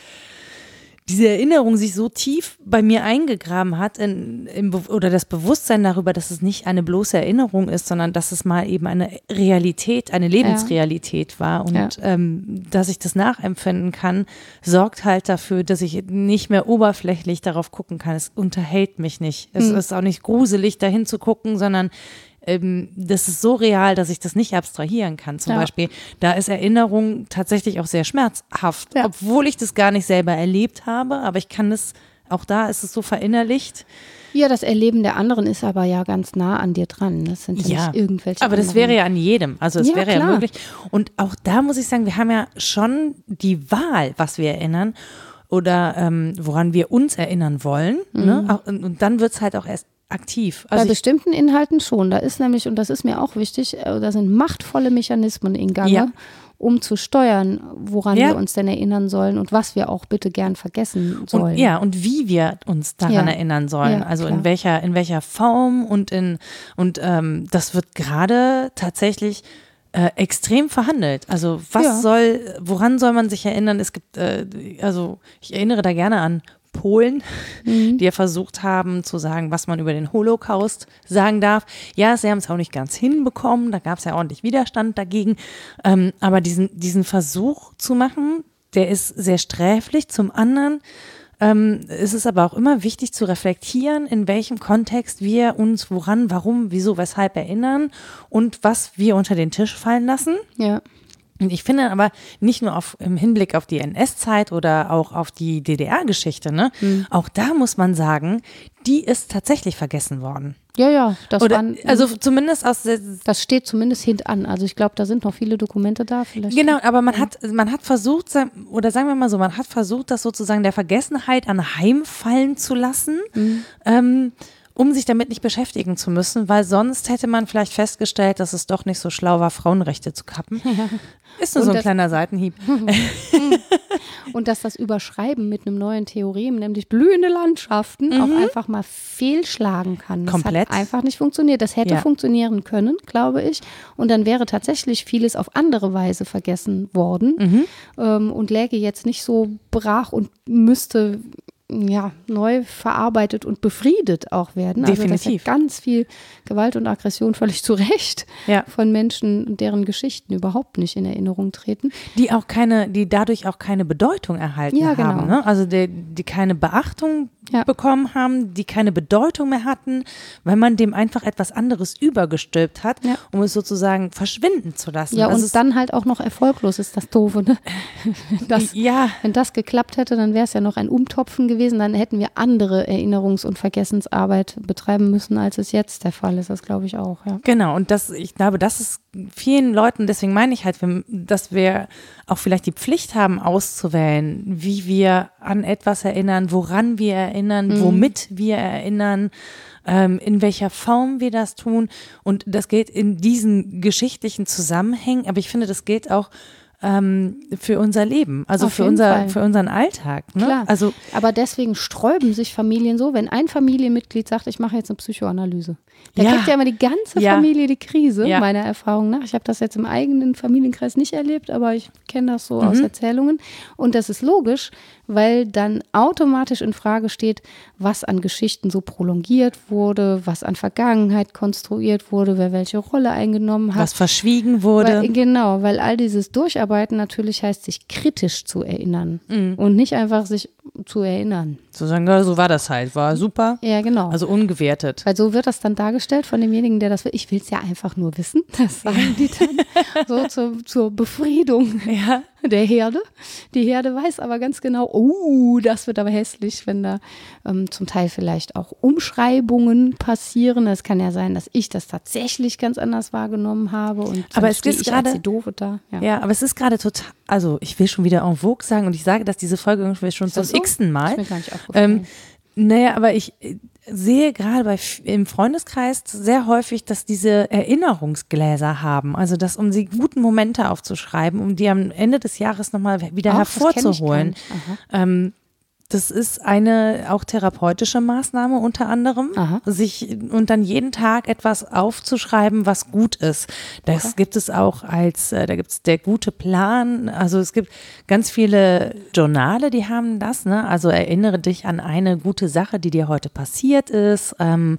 diese Erinnerung sich so tief bei mir eingegraben hat in, im, Be- oder das Bewusstsein darüber, dass es nicht eine bloße Erinnerung ist, sondern dass es mal eben eine Realität, eine Lebensrealität war und Ja. ähm, dass ich das nachempfinden kann, sorgt halt dafür, dass ich nicht mehr oberflächlich darauf gucken kann. Es unterhält mich nicht. Es Hm. ist auch nicht gruselig, dahin zu gucken, sondern ähm, das ist so real, dass ich das nicht abstrahieren kann. Zum Ja. Beispiel, da ist Erinnerung tatsächlich auch sehr schmerzhaft, Ja. obwohl ich das gar nicht selber erlebt habe, aber ich kann das Auch da ist es so verinnerlicht. Ja, das Erleben der anderen ist aber ja ganz nah an dir dran. Das sind ja, ja nicht irgendwelche aber das anderen. wäre ja an jedem. Also es ja, wäre klar. ja möglich. Und auch da muss ich sagen, wir haben ja schon die Wahl, was wir erinnern oder ähm, woran wir uns erinnern wollen. Mhm. Ne? Auch, und, und dann wird es halt auch erst aktiv. Also Bei bestimmten Inhalten schon. Da ist nämlich, und das ist mir auch wichtig, da sind machtvolle Mechanismen in Gange, ja. um zu steuern, woran ja. wir uns denn erinnern sollen und was wir auch bitte gern vergessen sollen. Und, ja, und wie wir uns daran ja. erinnern sollen. Ja, also klar. in welcher, in welcher Form und in und ähm, das wird gerade tatsächlich äh, extrem verhandelt. Also was ja. soll, woran soll man sich erinnern? Es gibt, äh, also ich erinnere da gerne an Polen, mhm. die ja versucht haben zu sagen, was man über den Holocaust sagen darf. Ja, sie haben es auch nicht ganz hinbekommen, da gab es ja ordentlich Widerstand dagegen, ähm, aber diesen, diesen Versuch zu machen, der ist sehr sträflich. Zum anderen ähm, ist es aber auch immer wichtig zu reflektieren, in welchem Kontext wir uns woran, warum, wieso, weshalb erinnern und was wir unter den Tisch fallen lassen. Ja. Und ich finde aber nicht nur auf, im Hinblick auf die N S-Zeit oder auch auf die D D R-Geschichte, ne? Mhm. Auch da muss man sagen, die ist tatsächlich vergessen worden. Ja, ja. Das oder, waren, also zumindest aus der, das steht zumindest hintan. Also ich glaube, da sind noch viele Dokumente da. Vielleicht. Genau, aber man hat, man hat versucht, oder sagen wir mal so, man hat versucht, das sozusagen der Vergessenheit anheimfallen zu lassen. Mhm. Ähm, um sich damit nicht beschäftigen zu müssen, weil sonst hätte man vielleicht festgestellt, dass es doch nicht so schlau war, Frauenrechte zu kappen. Ja. Ist nur und so ein das, kleiner Seitenhieb. Und dass das Überschreiben mit einem neuen Theorem, nämlich blühende Landschaften, mhm. auch einfach mal fehlschlagen kann. Das Komplett. hat einfach nicht funktioniert. Das hätte ja. funktionieren können, glaube ich. Und dann wäre tatsächlich vieles auf andere Weise vergessen worden mhm. ähm, und läge jetzt nicht so brach und müsste ja, neu verarbeitet und befriedet auch werden. Definitiv. Also das ist ja ganz viel Gewalt und Aggression völlig zu Recht ja. von Menschen, deren Geschichten überhaupt nicht in Erinnerung treten. Die auch keine, die dadurch auch keine Bedeutung erhalten ja, genau. haben. Ne? Also die, die keine Beachtung ja. bekommen haben, die keine Bedeutung mehr hatten, weil man dem einfach etwas anderes übergestülpt hat, ja. um es sozusagen verschwinden zu lassen. Ja, also und dann halt auch noch erfolglos ist das Doofe. Ne? Das, ja. Wenn das geklappt hätte, dann wäre es ja noch ein Umtopfen gewesen. Dann hätten wir andere Erinnerungs- und Vergessensarbeit betreiben müssen, als es jetzt der Fall ist. Das glaube ich auch, ja. Genau, und das, ich glaube, das ist vielen Leuten, deswegen meine ich halt, dass wir auch vielleicht die Pflicht haben, auszuwählen, wie wir an etwas erinnern, woran wir erinnern, mhm. womit wir erinnern, ähm, in welcher Form wir das tun. Und das geht in diesen geschichtlichen Zusammenhängen, aber ich finde, das gilt auch Ähm, für unser Leben, also Auf für, jeden unser, Fall. für unseren Alltag. Ne? Klar, also, aber deswegen sträuben sich Familien so, wenn ein Familienmitglied sagt, ich mache jetzt eine Psychoanalyse. Da ja. kriegt ja immer die ganze ja. Familie die Krise, ja. meiner Erfahrung nach. Ich habe das jetzt im eigenen Familienkreis nicht erlebt, aber ich kenne das so mhm. aus Erzählungen. Und das ist logisch, weil dann automatisch in Frage steht, was an Geschichten so prolongiert wurde, was an Vergangenheit konstruiert wurde, wer welche Rolle eingenommen hat. Was verschwiegen wurde. Weil, genau, weil all dieses Durcharbeiten natürlich heißt, sich kritisch zu erinnern mhm. und nicht einfach sich zu erinnern. Zu sagen, ja, so war das halt, war super. Ja, genau. Also ungewertet. Weil so wird das dann dargestellt von demjenigen, der das will. Ich will es ja einfach nur wissen. Das sagen die dann so zur, zur Befriedung ja. der Herde. Die Herde weiß aber ganz genau, oh, das wird aber hässlich, wenn da ähm, zum Teil vielleicht auch Umschreibungen passieren. Es kann ja sein, dass ich das tatsächlich ganz anders wahrgenommen habe. Und aber es ist gerade die Doofe da. Ja. ja, aber es ist gerade total, also ich will schon wieder en vogue sagen und ich sage, dass diese Folge irgendwie schon zum so? x-ten Mal. Das ist mir gar nicht aufgefallen. Ähm, naja, aber ich sehe gerade bei im Freundeskreis sehr häufig, dass diese Erinnerungsgläser haben. Also das, um die guten Momente aufzuschreiben, um die am Ende des Jahres nochmal wieder Ach, hervorzuholen. Das ähm, Das ist eine auch therapeutische Maßnahme unter anderem, Aha. sich und dann jeden Tag etwas aufzuschreiben, was gut ist. Das okay. gibt es auch als, da gibt es der gute Plan. Also es gibt ganz viele Journale, die haben das. Ne? Also erinnere dich an eine gute Sache, die dir heute passiert ist. Ähm,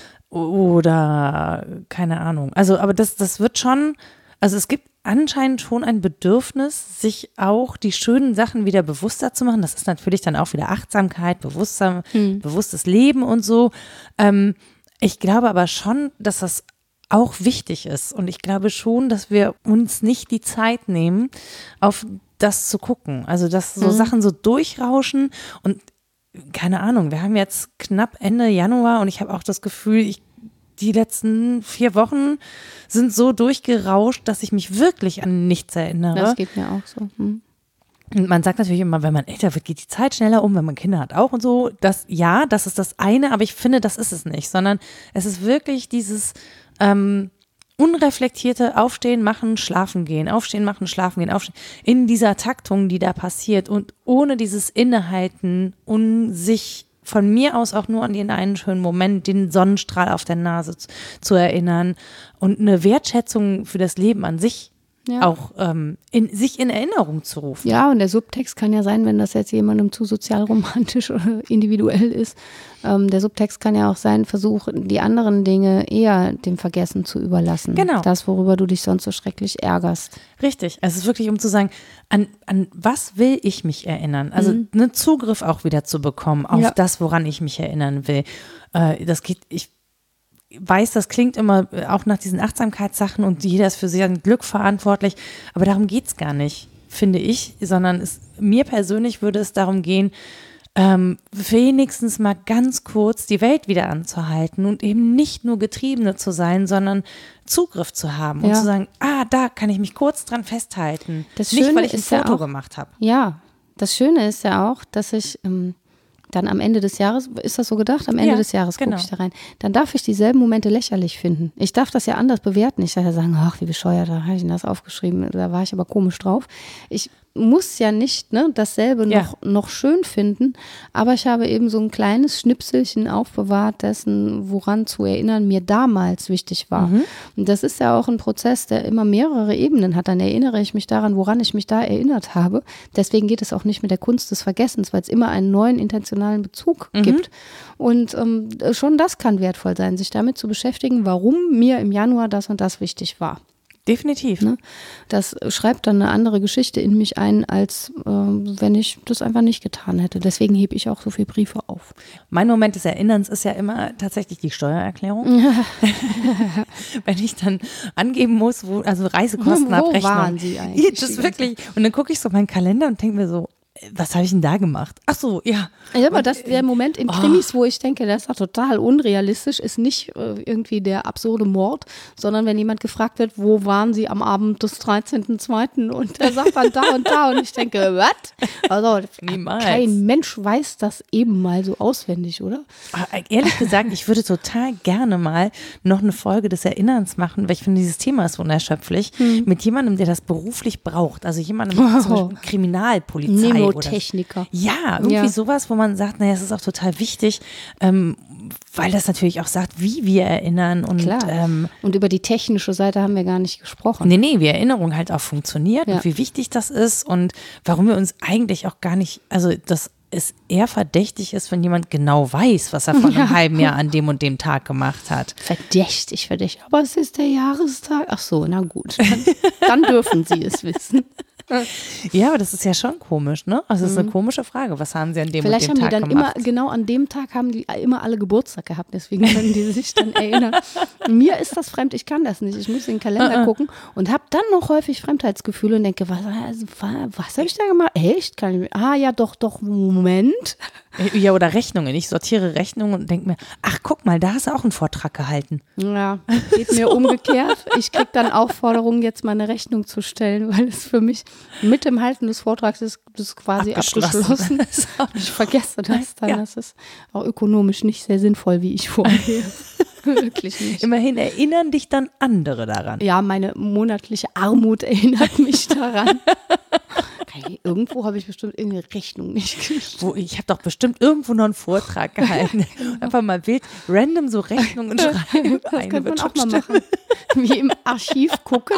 oder keine Ahnung. Also aber das, das wird schon, also es gibt anscheinend schon ein Bedürfnis, sich auch die schönen Sachen wieder bewusster zu machen. Das ist natürlich dann auch wieder Achtsamkeit, Bewusstsein, hm. bewusstes Leben und so. Ähm, ich glaube aber schon, dass das auch wichtig ist. Und ich glaube schon, dass wir uns nicht die Zeit nehmen, auf das zu gucken. Also, dass so hm. Sachen so durchrauschen. Und keine Ahnung, wir haben jetzt knapp Ende Januar und ich habe auch das Gefühl, ich, die letzten vier Wochen sind so durchgerauscht, dass ich mich wirklich an nichts erinnere. Das geht mir auch so. Hm. Und man sagt natürlich immer, wenn man älter wird, geht die Zeit schneller um, wenn man Kinder hat auch und so. Das, ja, das ist das eine, aber ich finde, das ist es nicht, sondern es ist wirklich dieses ähm, unreflektierte Aufstehen, machen, schlafen gehen, aufstehen, machen, schlafen gehen, aufstehen, in dieser Taktung, die da passiert und ohne dieses Innehalten und sich von mir aus auch nur an den einen schönen Moment, den Sonnenstrahl auf der Nase zu, zu erinnern und eine Wertschätzung für das Leben an sich ja. auch ähm, in, sich in Erinnerung zu rufen. Ja, und der Subtext kann ja sein, wenn das jetzt jemandem zu sozialromantisch oder individuell ist, ähm, der Subtext kann ja auch sein, versuch die anderen Dinge eher dem Vergessen zu überlassen. Genau. Das, worüber du dich sonst so schrecklich ärgerst. Richtig. Es ist wirklich, um zu sagen, an, an was will ich mich erinnern? Also mhm. einen Zugriff auch wieder zu bekommen auf ja. das, woran ich mich erinnern will. Äh, das geht, ich weiß, das klingt immer auch nach diesen Achtsamkeitssachen und jeder ist für sein Glück verantwortlich, aber darum geht es gar nicht, finde ich, sondern es, mir persönlich würde es darum gehen, ähm, wenigstens mal ganz kurz die Welt wieder anzuhalten und eben nicht nur Getriebene zu sein, sondern Zugriff zu haben und ja. zu sagen, ah, da kann ich mich kurz dran festhalten. Das nicht, Schöne weil ich ein ist Foto ja auch, gemacht habe. Ja, das Schöne ist ja auch, dass ich ähm, dann am Ende des Jahres, ist das so gedacht? Am Ende ja, des Jahres gucke genau. ich da rein. Dann darf ich dieselben Momente lächerlich finden. Ich darf das ja anders bewerten. Ich darf ja sagen, ach, wie bescheuert, da habe ich denn das aufgeschrieben, da war ich aber komisch drauf. Ich muss ja nicht ne, dasselbe ja. noch, noch schön finden, aber ich habe eben so ein kleines Schnipselchen aufbewahrt dessen, woran zu erinnern mir damals wichtig war. Mhm. Und das ist ja auch ein Prozess, der immer mehrere Ebenen hat. Dann erinnere ich mich daran, woran ich mich da erinnert habe. Deswegen geht es auch nicht mit der Kunst des Vergessens, weil es immer einen neuen intentionalen Bezug mhm. gibt. Und ähm, schon das kann wertvoll sein, sich damit zu beschäftigen, warum mir im Januar das und das wichtig war. Definitiv. Ne? Das schreibt dann eine andere Geschichte in mich ein, als äh, wenn ich das einfach nicht getan hätte. Deswegen hebe ich auch so viele Briefe auf. Mein Moment des Erinnerns ist ja immer tatsächlich die Steuererklärung. Wenn ich dann angeben muss, wo, also Reisekostenabrechnung. Wo waren Sie eigentlich? Das ist wirklich. Und dann gucke ich so meinen Kalender und denke mir so, was habe ich denn da gemacht? Ach so, ja. Ja, aber das, der Moment in Krimis, oh. wo ich denke, das ist doch total unrealistisch, ist nicht äh, irgendwie der absurde Mord, sondern wenn jemand gefragt wird, wo waren Sie am Abend des dreizehnten zweiten und er sagt dann da und da und ich denke, was? Also Niemals. Kein Mensch weiß das eben mal so auswendig, oder? Aber ehrlich gesagt, ich würde total gerne mal noch eine Folge des Erinnerns machen, weil ich finde, dieses Thema ist unerschöpflich, hm. mit jemandem, der das beruflich braucht. Also jemandem, oh. zum Beispiel Kriminalpolizei. Techniker. Ja, irgendwie ja. sowas, wo man sagt, naja, es ist auch total wichtig, ähm, weil das natürlich auch sagt, wie wir erinnern. Und, Klar. Ähm, und über die technische Seite haben wir gar nicht gesprochen. Nee, nee, wie Erinnerung halt auch funktioniert ja. und wie wichtig das ist und warum wir uns eigentlich auch gar nicht, also das es eher verdächtig ist, wenn jemand genau weiß, was er vor einem ja. halben Jahr an dem und dem Tag gemacht hat. Verdächtig, verdächtig. Aber es ist der Jahrestag. Ach so, na gut. Dann, dann dürfen Sie es wissen. Ja, aber das ist ja schon komisch, ne? Also es ist eine komische Frage. Was haben sie an dem Vielleicht und dem Tag gemacht? Vielleicht haben die dann immer, genau an dem Tag haben die immer alle Geburtstag gehabt, deswegen können die sich dann erinnern. Mir ist das fremd, ich kann das nicht. Ich muss in den Kalender uh-uh. gucken und habe dann noch häufig Fremdheitsgefühle und denke, was, was, was habe ich da gemacht? Echt? Kann ich mir, ah ja, doch, doch, Moment. Ja, oder Rechnungen. Ich sortiere Rechnungen und denke mir, ach guck mal, da hast du auch einen Vortrag gehalten. Ja, geht mir umgekehrt. Ich kriege dann Aufforderungen, jetzt mal eine Rechnung zu stellen, weil es für mich mit dem Halten des Vortrags ist, das quasi abgeschlossen, abgeschlossen ist. Ich vergesse das dann. Ja. Das ist auch ökonomisch nicht sehr sinnvoll, wie ich vorgehe. Wirklich nicht. Immerhin erinnern dich dann andere daran. Ja, meine monatliche Armut erinnert mich daran. Okay, irgendwo habe ich bestimmt irgendeine Rechnung nicht gekriegt. Wo, ich habe doch bestimmt irgendwo noch einen Vortrag gehalten. Einfach mal wild, random so Rechnungen schreiben. Das könnte man auch mal machen. Wie im Archiv gucken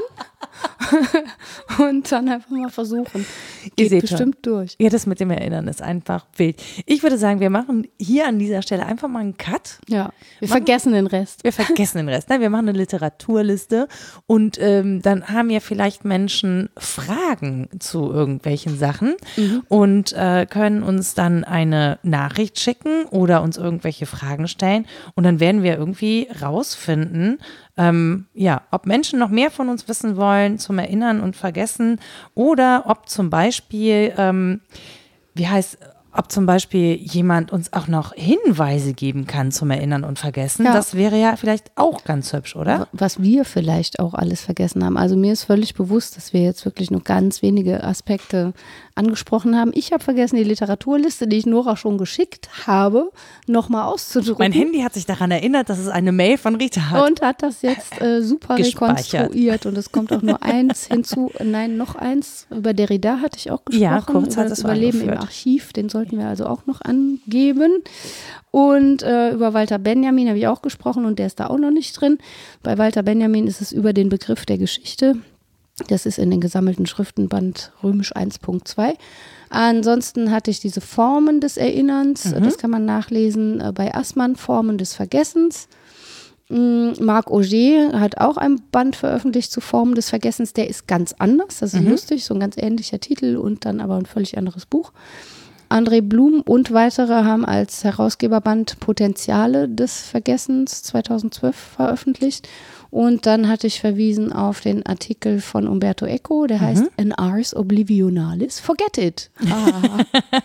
und dann einfach mal versuchen. Geht bestimmt schon durch. Ja, das mit dem Erinnern ist einfach wild. Ich würde sagen, wir machen hier an dieser Stelle einfach mal einen Cut. Ja, wir machen, vergessen den Rest. Wir vergessen den Rest. Nein, wir machen eine Literaturliste und ähm, dann haben ja vielleicht Menschen Fragen zu irgendwelchen Sachen mhm. und äh, können uns dann eine Nachricht schicken oder uns irgendwelche Fragen stellen und dann werden wir irgendwie rausfinden, Ähm, ja, ob Menschen noch mehr von uns wissen wollen zum Erinnern und Vergessen oder ob zum Beispiel, ähm, wie heißt, ob zum Beispiel jemand uns auch noch Hinweise geben kann zum Erinnern und Vergessen. Ja. Das wäre ja vielleicht auch ganz hübsch, oder? Was wir vielleicht auch alles vergessen haben. Also mir ist völlig bewusst, dass wir jetzt wirklich nur ganz wenige Aspekte angesprochen haben. Ich habe vergessen, die Literaturliste, die ich Nora schon geschickt habe, nochmal auszudrucken. Mein Handy hat sich daran erinnert, dass es eine Mail von Rita hat. Und hat das jetzt äh, super rekonstruiert. Und es kommt auch nur eins hinzu. Nein, noch eins. Über Derrida hatte ich auch gesprochen. Ja, kurz über hat das es Überleben im Archiv. Den sollten wir also auch noch angeben. Und äh, über Walter Benjamin habe ich auch gesprochen und der ist da auch noch nicht drin. Bei Walter Benjamin ist es über den Begriff der Geschichte. Das ist in den gesammelten Schriften Band Römisch eins Punkt zwei. Ansonsten hatte ich diese Formen des Erinnerns, mhm. das kann man nachlesen äh, bei Assmann, Formen des Vergessens. Mm, Marc Auger hat auch ein Band veröffentlicht zu Formen des Vergessens, der ist ganz anders, das ist mhm. lustig, so ein ganz ähnlicher Titel und dann aber ein völlig anderes Buch. André Blum und weitere haben als Herausgeberband Potenziale des Vergessens zweitausendzwölf veröffentlicht. Und dann hatte ich verwiesen auf den Artikel von Umberto Eco, der mhm. heißt An Ars Oblivionalis, Forget It. Ah.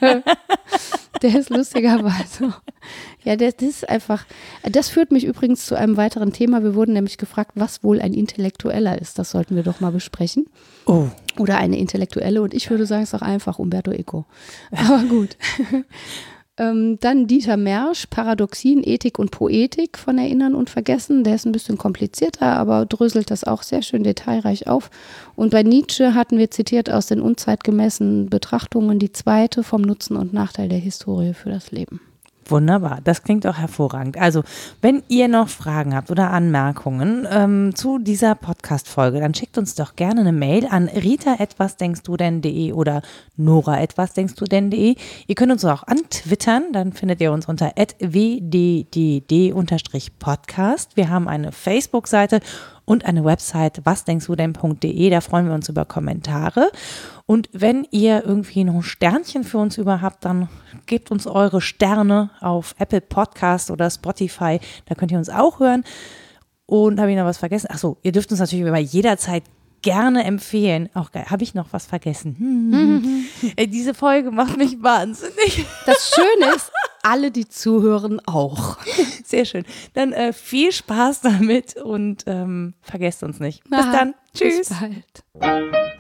Der ist lustigerweise. Ja, das ist einfach, das führt mich übrigens zu einem weiteren Thema. Wir wurden nämlich gefragt, was wohl ein Intellektueller ist. Das sollten wir doch mal besprechen. Oh. Oder eine Intellektuelle. Und ich würde sagen, es ist doch einfach Umberto Eco. Aber gut. Ähm, dann Dieter Mersch, Paradoxien, Ethik und Poetik von Erinnern und Vergessen. Der ist ein bisschen komplizierter, aber dröselt das auch sehr schön detailreich auf. Und bei Nietzsche hatten wir zitiert aus den unzeitgemäßen Betrachtungen die zweite vom Nutzen und Nachteil der Historie für das Leben. Wunderbar, das klingt auch hervorragend. Also, wenn ihr noch Fragen habt oder Anmerkungen ähm, zu dieser Podcast-Folge, dann schickt uns doch gerne eine Mail an rita at wasdenkstudenn punkt de oder nora at wasdenkstudenn punkt de. Ihr könnt uns auch antwittern, dann findet ihr uns unter at w d d d podcast. Wir haben eine Facebook-Seite und eine Website wasdenkstudenn punkt de, da freuen wir uns über Kommentare. Und wenn ihr irgendwie noch ein Sternchen für uns über habt, dann gebt uns eure Sterne auf Apple Podcast oder Spotify, da könnt ihr uns auch hören. Und habe ich noch was vergessen? Achso, ihr dürft uns natürlich immer jederzeit gerne empfehlen. Auch geil, habe ich noch was vergessen? Hm. Mhm. Ey, diese Folge macht mich wahnsinnig. Das Schöne ist, alle, die zuhören, auch. Sehr schön. Dann äh, viel Spaß damit und ähm, vergesst uns nicht. Bis Aha, dann. Tschüss. Bis bald.